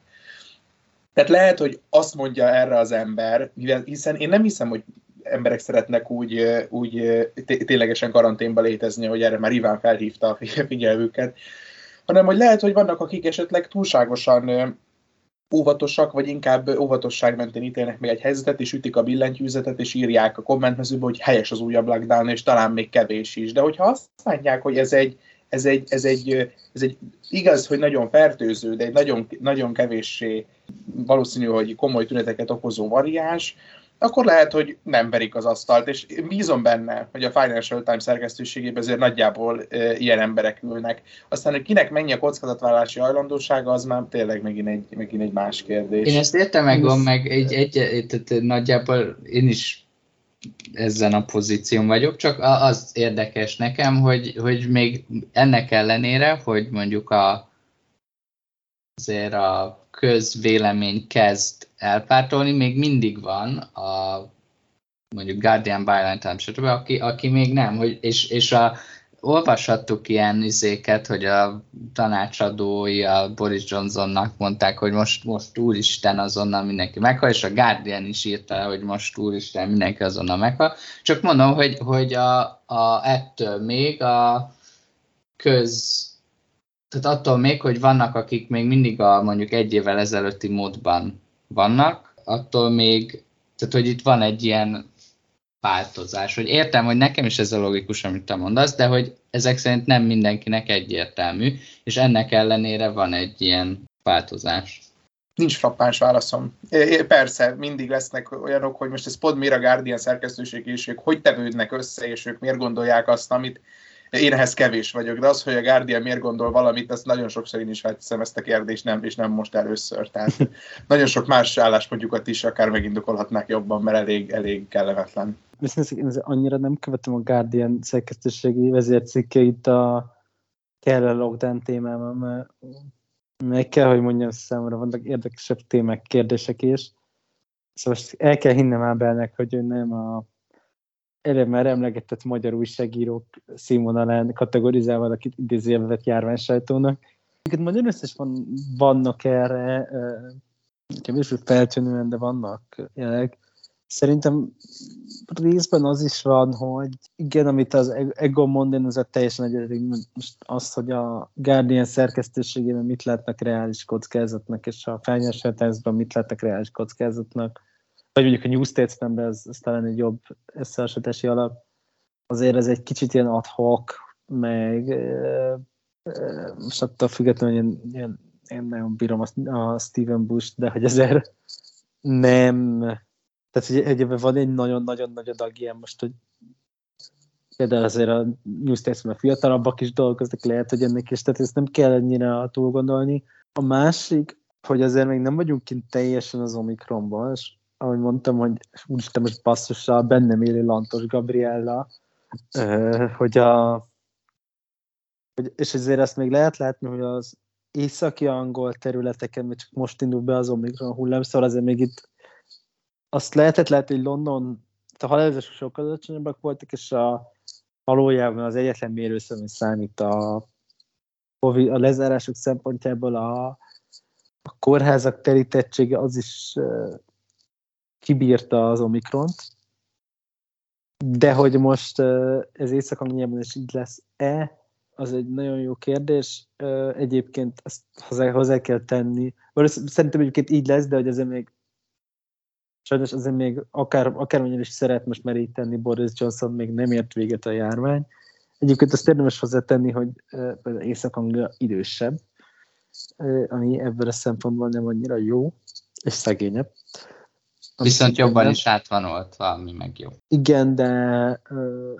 Tehát lehet, hogy azt mondja erre az ember, hiszen én nem hiszem, hogy emberek szeretnek úgy, úgy ténylegesen karanténba létezni, hogy erre már Iván felhívta a figyelmüket, hanem hogy lehet, hogy vannak, akik esetleg túlságosan óvatosak, vagy inkább óvatosság mentén ítélnek meg egy helyzetet, és ütik a billentyűzetet, és írják a kommentmezőbe, hogy helyes az újabb lockdown, és talán még kevés is. De hogyha azt mondják, hogy ez egy, ez egy, ez egy, ez egy igaz, hogy nagyon fertőző, de egy nagyon, nagyon kevéssé valószínű, hogy komoly tüneteket okozó variáns, akkor lehet, hogy nem verik az asztalt, és bízom benne, hogy a Financial Times szerkesztőségében azért nagyjából e, ilyen emberek ülnek. Aztán, hogy kinek mennyi a kockázatvállalási hajlandósága, az már tényleg megint egy, megint egy más kérdés. Én ezt értem meg, van, meg egy, egy, egy, egy, nagyjából én is ezen a pozíción vagyok, csak az érdekes nekem, hogy, hogy még ennek ellenére, hogy mondjuk a, azért a közvélemény kezd elpártolni, még mindig van a mondjuk Guardian, Byline Times, stb., aki, aki még nem, hogy, és, és a, olvashattuk ilyen izéket, hogy a tanácsadói a Boris Johnsonnak mondták, hogy most, most úristen azonnal mindenki meghal, és a Guardian is írta, hogy most úristen mindenki azonnal meghal. Csak mondom, hogy, hogy a, a, ettől még a köz Tehát attól még, hogy vannak, akik még mindig a mondjuk egy évvel ezelőtti módban vannak, attól még, tehát hogy itt van egy ilyen változás. Hogy értem, hogy nekem is ez a logikus, amit te mondasz, de hogy ezek szerint nem mindenkinek egyértelmű, és ennek ellenére van egy ilyen változás. Nincs frappáns válaszom. É, persze, mindig lesznek olyanok, hogy most ez pont miért a Guardian szerkesztőség, és ők hogy tevődnek össze, és ők miért gondolják azt, amit én ehhez kevés vagyok, de az, hogy a Guardian miért gondol valamit, azt nagyon sokszor én is felteszem ezt a kérdést, nem, és nem most először. Tehát nagyon sok más álláspontjukat is akár megindokolhatnák jobban, mert elég, elég kellemetlen. Én annyira nem követem a Guardian szerkesztőségi vezércikkeit a kell a lockdown témában, mert meg kell, hogy mondjam, számomra vannak érdekesebb témák, kérdések is. Szóval el kell hinnem Ábelnek, hogy ő nem a előbb már emlegetett magyar újságírók színvonalán kategorizálva, akit idézőjelbe vett járványsajtónak. Nagyon összes van, vannak erre, kevésbé feltűnően, de vannak jelenleg Szerintem részben az is van, hogy igen, amit az Egon mond, én az teljesen egyedik, most az, hogy a Guardian szerkesztőségében mit látnak reális kockázatnak, és a Financial Times-ban mit látnak reális kockázatnak, vagy mondjuk a New Statesman-ben, ez, ez talán egy jobb összehasonlítási alap, azért ez egy kicsit ilyen ad hoc, meg e, e, most attól függetlenül, hogy én, én, én nagyon bírom a, a Steven Bush-t, de hogy azért nem... Tehát, hogy egyébként van egy nagyon-nagyon nagy adag ilyen most, hogy például azért a New Statesman fiatalabbak is dolgoznak, lehet, hogy ennek is, tehát ezt nem kell ennyire túl gondolni. A másik, hogy azért még nem vagyunk kint teljesen az Omikronban, és ahogy mondtam, hogy úristen most basszussal bennem élő Lantos Gabriella, hogy a hogy, és ezért ezt még lehet látni, hogy az északi angol területeken, mert csak most indul be az Omikron hullám, szóval azért még itt azt lehetett látni, hogy London, a halálozások sokkal alacsonyabbak voltak, és a, valójában az egyetlen mérőszám, ami számít a, a lezárások szempontjából a, a kórházak terítettsége, az is uh, kibírta az Omikront. De hogy most uh, ez Észak-Angliában is így lesz-e, az egy nagyon jó kérdés. Uh, egyébként ezt hozzá, hozzá kell tenni. Szerintem egyébként így lesz, de hogy azért még sajnos azért még akár, akármennyire is szeret most meríteni Boris Johnson, még nem ért véget a járvány. Egyébként azt érdemes hozzátenni, hogy uh, Észak-Anglia idősebb, uh, ami ebből a szempontból nem annyira jó, és szegényebb. Viszont jobban nem. Is át van oltva, ami meg jó. Igen, de uh,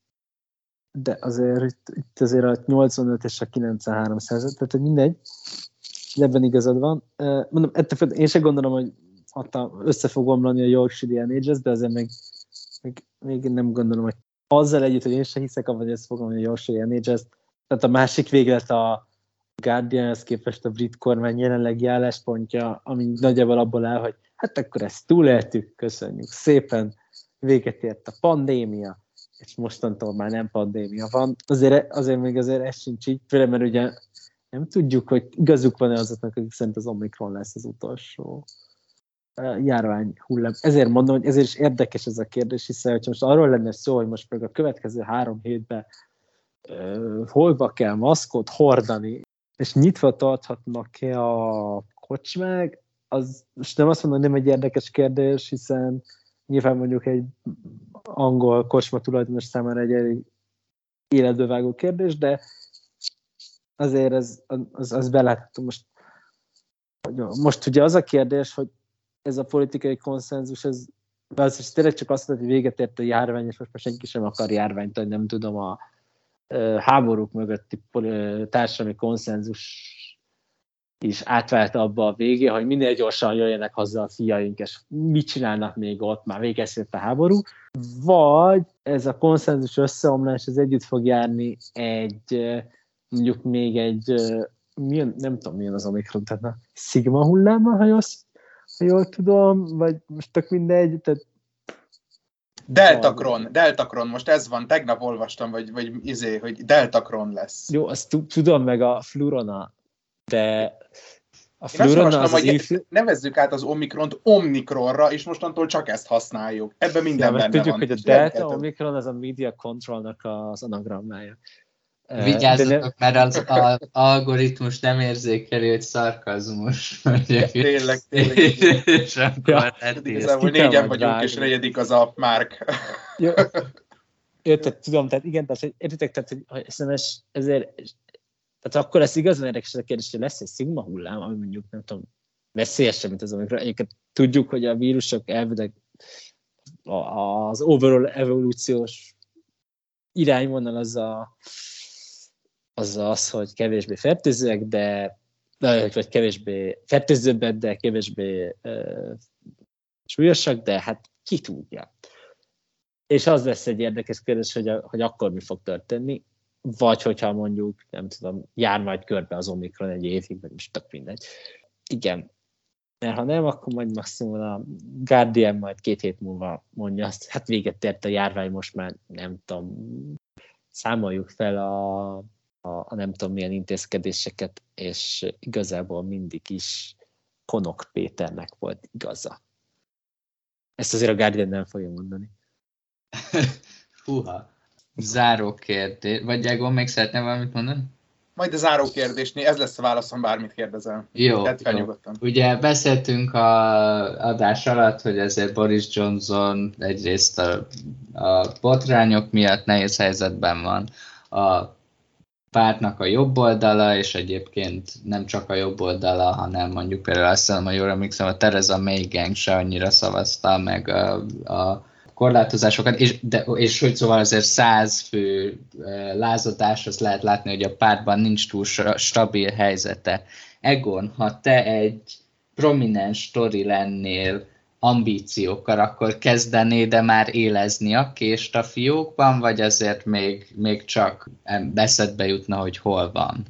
de azért itt, itt azért a nyolcvanöt és a kilencvenhárom század, tehát mindegy, ebben igazad van. Uh, mondom, ettől én sem gondolom, hogy össze fog omlani a Yorkshire en há es, de azért még, még, még nem gondolom, hogy azzal együtt, hogy én sem hiszek abban, hogy ez fog omlani a Yorkshire en há es. Tehát a másik véglet a Guardianhez képest a brit kormány jelenlegi álláspontja, ami nagyjából abból áll, hogy hát akkor ezt túléltük, köszönjük szépen, véget ért a pandémia, és mostantól már nem pandémia van. Azért, azért még azért ez sincs így, főleg, mert ugye nem tudjuk, hogy igazuk van-e azoknak, akik szerint az Omikron lesz az utolsó járvány hullám. Ezért mondom, hogy ezért is érdekes ez a kérdés, hiszen hogyha most arról lenne szó, hogy most meg a következő három hétben uh, holba kell maszkot hordani, és nyitva tarthatnak-e a kocsmák, az most nem azt mondom, hogy nem egy érdekes kérdés, hiszen nyilván mondjuk egy angol kocsma tulajdonos számára egy elég életbevágó kérdés, de azért ez, az, az belátható. Most, most ugye az a kérdés, hogy ez a politikai konszenzus, ez, ez tényleg csak azt mondja, hogy véget ért a járvány, és most már senki sem akar járványt, hogy nem tudom, a e, háborúk mögötti e, társadalmi konszenzus is átvált abba a végé, hogy minél gyorsan jöjjenek haza a fiaink, és mit csinálnak még ott, már véges ért a háború, vagy ez a konszenzus összeomlás, ez együtt fog járni egy, mondjuk még egy, milyen, nem tudom, milyen az Omikron, tehát a szigma hullámmal, ha jól, ha jól tudom, vagy most tök mindegy, tehát Deltakron, Deltakron, most ez van, tegnap olvastam, vagy, vagy izé, hogy Deltakron lesz. Jó, azt tudom, meg a Flurona, de a Flurona az, az hogy influ... nevezzük át az Omikront Omikronra, és mostantól csak ezt használjuk. Ebben minden ja, benne tudjuk, van. Tudjuk, hogy a Delta Omikron az a Media Controlnak az anagrammája. Vigyázzatok, mert az a, algoritmus nem érzékeli, hogy szarkazmus. Tényleg, tényleg. És akkor igazából négyen vagyunk, és negyedik az a Márk. Jó, tehát tudom, tehát igen, tehát értitek, tehát hogy ez, ezért, tehát akkor lesz igazán érdekes ez a kérdés, hogy lesz egy szigma hullám, ami mondjuk, nem tudom, veszélyesebb, mint az Omikron. Egyébként tudjuk, hogy a vírusok elvileg az overall evolúciós irányvonal az a az az, hogy kevésbé fertőzőek, de vagy kevésbé fertőzőbbek, de kevésbé uh, súlyosak, de hát ki tudja. És az lesz egy érdekes kérdés, hogy, a, hogy akkor mi fog történni, vagy hogyha mondjuk, nem tudom, jár majd körbe az Omikron egy évig, vagy most tök mindegy. Igen. Mert ha nem, akkor majd maximum a Guardian majd két hét múlva mondja azt, hát véget ért a járvány, most már nem tudom, számoljuk fel a A, a nem tudom milyen intézkedéseket, és igazából mindig is Konok Péternek volt igaza. Ezt azért a Guardian nem fogja mondani. Húha. Záró kérdés. Vagy Egon még szeretne valamit mondani? Majd a záró kérdésnél, ez lesz a válaszom, bármit kérdezel. Jó, jó. Ugye beszéltünk a adás alatt, hogy ezért Boris Johnson egyrészt a, a botrányok miatt nehéz helyzetben van. A pártnak a jobb oldala, és egyébként nem csak a jobb oldala, hanem mondjuk például azt hiszem, hogy jól emlékszem, a Theresa May gang se annyira szavazta meg a, a korlátozásokat, és, de, és hogy szóval azért száz fő lázadás, azt lehet látni, hogy a pártban nincs túl stabil helyzete. Egon, ha te egy prominens sztori lennél ambíciókkal, akkor kezdenéd-e már élezni a kést a fiókban, vagy azért még, még csak eszedbe jutna, hogy hol van?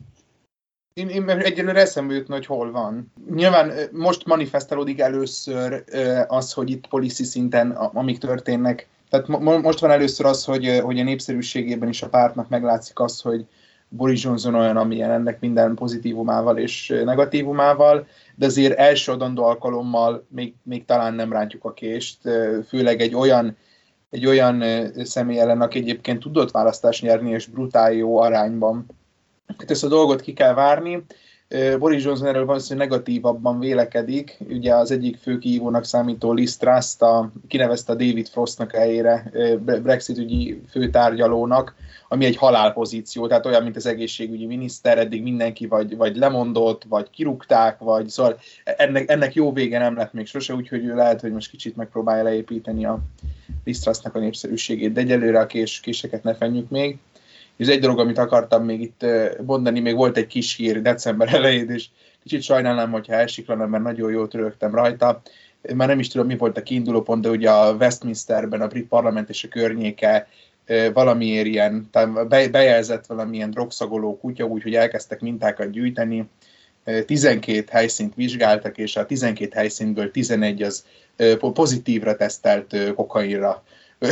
Én, én egyelőre eszembe jutna, hogy hol van. Nyilván most manifestálódik először az, hogy itt policy szinten, amik történnek. Tehát most van először az, hogy, hogy a népszerűségében is a pártnak meglátszik az, hogy Boris Johnson olyan, amilyen, ennek minden pozitívumával és negatívumával, de azért első adandó alkalommal még, még talán nem rántjuk a kést, főleg egy olyan, egy olyan személy ellen, aki egyébként tudott választást nyerni, és brutál jó arányban. Tehát ezt a dolgot ki kell várni. Boris Johnson erről valószínűleg negatívabban vélekedik. Ugye az egyik fő kihívónak számító Liz Truss a, kinevezte a David Frostnak helyére Brexit ügyi főtárgyalónak, ami egy halálpozíció, tehát olyan, mint az egészségügyi miniszter, eddig mindenki vagy, vagy lemondott, vagy kirúgták, vagy szóval ennek, ennek jó vége nem lett még sose, úgyhogy ő lehet, hogy most kicsit megpróbálja leépíteni a Liz Trussnak a népszerűségét, de egyelőre a kés, késeket ne fenjük még. Ez egy dolog, amit akartam még itt mondani, még volt egy kis hír december elején, és kicsit sajnálom, hogyha elsiklana, mert nagyon jól rögtem rajta. Már nem is tudom, mi volt a kiinduló pont, de ugye a Westminsterben a brit parlament és a környéke valamiért ilyen, bejelzett valamilyen drogszagoló kutya, úgyhogy elkezdtek mintákat gyűjteni. tizenkét helyszínt vizsgáltak, és a tizenkét helyszínből tizenegy az pozitívra tesztelt kokainra,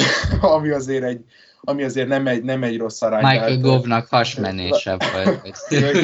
ami azért egy ami azért nem egy, nem egy rossz arány. Michael Gove-nak hasmenése volt.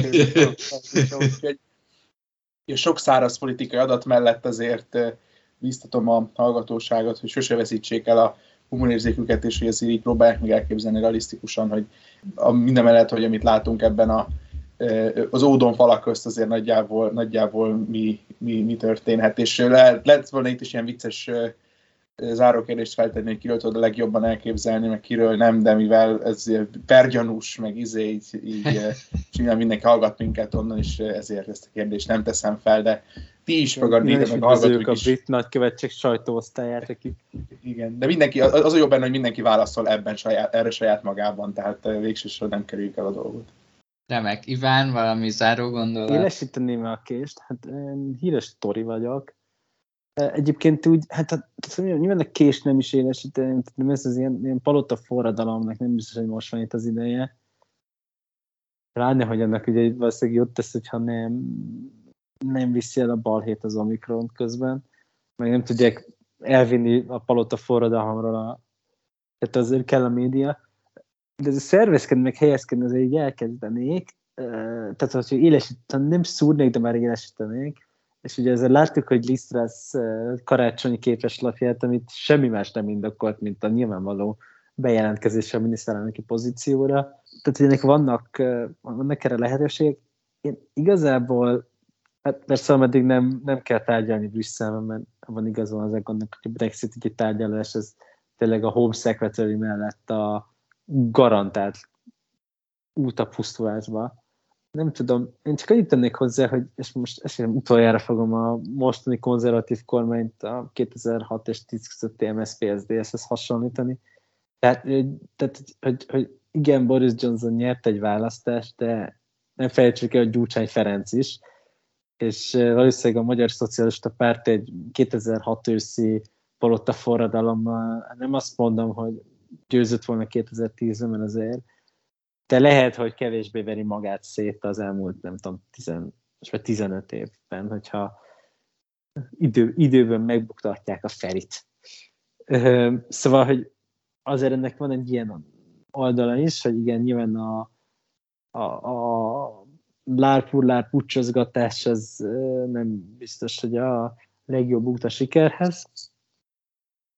Sok száraz politikai adat mellett azért biztatom a hallgatóságot, hogy sose veszítsék el a humorérzéküket, és hogy azért így próbálják meg elképzelni realisztikusan, hogy a minden mellett, hogy amit látunk ebben a, az ódon falak közt, azért nagyjából, nagyjából mi, mi, mi történhet. És lehet, lehet volna itt is ilyen vicces záró kérdést feltenni, hogy kiről tudod a legjobban elképzelni, meg kiről nem, de mivel ez pergyanús, meg izé, így, így csinál, mindenki hallgat minket onnan, és ezért ezt a kérdést nem teszem fel, de ti is, meg a nézők, meg hallgatók is. A brit nagykövetség sajtóosztályát, akik... Igen, de mindenki, az a jobb benne, hogy mindenki válaszol ebben saját, erre saját magában, tehát végsősorban nem kerüljük el a dolgot. Remek. Iván, valami záró gondolat? Élesíteném a kést, hát híres sztori vagyok. Egyébként úgy, hát a, nyilván a kést nem is élesíteném, nem ez az ilyen, ilyen palota forradalomnak nem biztos, hogy most van itt az ideje. Ráne, hogy annak ugye valószínűleg jót tesz, hogyha nem, nem viszi el a balhét az Omikron közben, meg nem tudják elvinni a palota forradalomról, a, tehát azért kell a média. De ez a szervezkedni, meg helyezkedni azért így elkezdenék, tehát hogyha élesítenék, nem szúrnék, de már élesítenék. És ugye ezzel láttuk, hogy Liz Truss karácsonyi képeslapját, amit semmi más nem indokolt, mint a nyilvánvaló bejelentkezése a miniszterelnöki pozícióra. Tehát, hogy ennek vannak, vannak erre lehetőségek. Én igazából, hát persze ameddig nem, nem kell tárgyalni Brüsszelben, mert van igazán az Egonnak, hogy a Brexit egy tárgyalás, ez tényleg a Home Secretary mellett a garantált út a pusztulásba. Nem tudom, én csak annyit tennék hozzá, hogy és most esélyem utoljára fogom a mostani konzervatív kormányt a kétezer-hat és tíz közötti em es zé pé es dé es-hez hasonlítani. Tehát, tehát hogy, hogy igen, Boris Johnson nyert egy választást, de nem felejtsük el, hogy Gyurcsány Ferenc is, és valószínűleg a Magyar Szocialista Párt egy kétezer-hat őszi palota forradalommal, nem azt mondom, hogy győzött volna kétezer-tízben, mert azért de lehet, hogy kevésbé veri magát szét az elmúlt, nem tudom, tizen, vagy tizenöt évben, hogyha idő, időben megbuktatják a Ferit. Szóval, hogy azért ennek van egy ilyen oldala is, hogy igen, nyilván a, a, a lárpurlár puccsozgatás az nem biztos, hogy a legjobb út a sikerhez.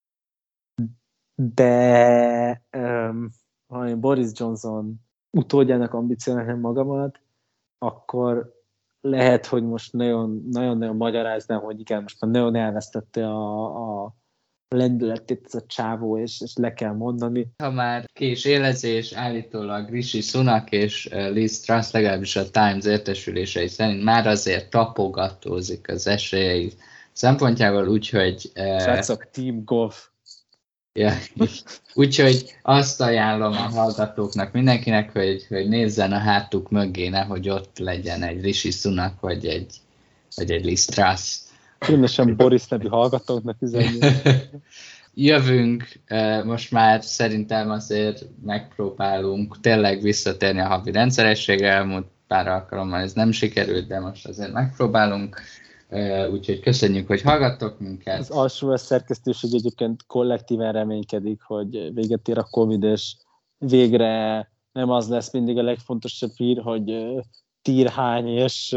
de um, ha én Boris Johnson utódjának ambicionálnám magamat, akkor lehet, hogy most nagyon-nagyon magyaráznám, hogy igen, most már nagyon elvesztette a, a lendületét ez a csávó, és, és le kell mondani. Ha már kés élezés, állítólag Rishi Sunak és Liz Truss, legalábbis a Times értesülései szerint már azért tapogatózik az esélyei szempontjából, úgyhogy... Srácok, uh, Team Golf. Ja, úgyhogy azt ajánlom a hallgatóknak mindenkinek, hogy, hogy nézzen a hátuk mögé, nehogy ott legyen egy Rishi Sunak, vagy egy, vagy egy Liz Truss. Különösen Boris nevű hallgatóknak üzenjük. Jövünk, most már szerintem azért megpróbálunk tényleg visszatérni a havi rendszerességre, elmúlt pár alkalommal ez nem sikerült, de most azért megpróbálunk. Úgyhogy köszönjük, hogy hallgattok minket. Az alsó szerkesztőség egyébként kollektíven reménykedik, hogy véget ér a Covid, és végre nem az lesz mindig a legfontosabb hír, hogy tírhány és,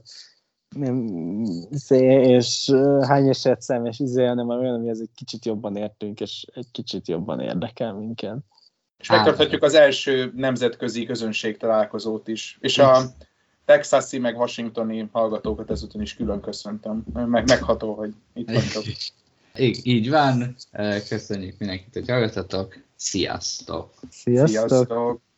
és hány esetszám és izé, hanem olyan, ami ez egy kicsit jobban értünk, és egy kicsit jobban érdekel minket. És megtarthatjuk az első nemzetközi közönség találkozót is. És a texasi meg washingtoni hallgatókat ezután is külön köszöntöm. Meg, megható, hogy itt vagytok. Így, így van. Köszönjük mindenkit, hogy hallgatatok. Sziasztok! Sziasztok! Sziasztok.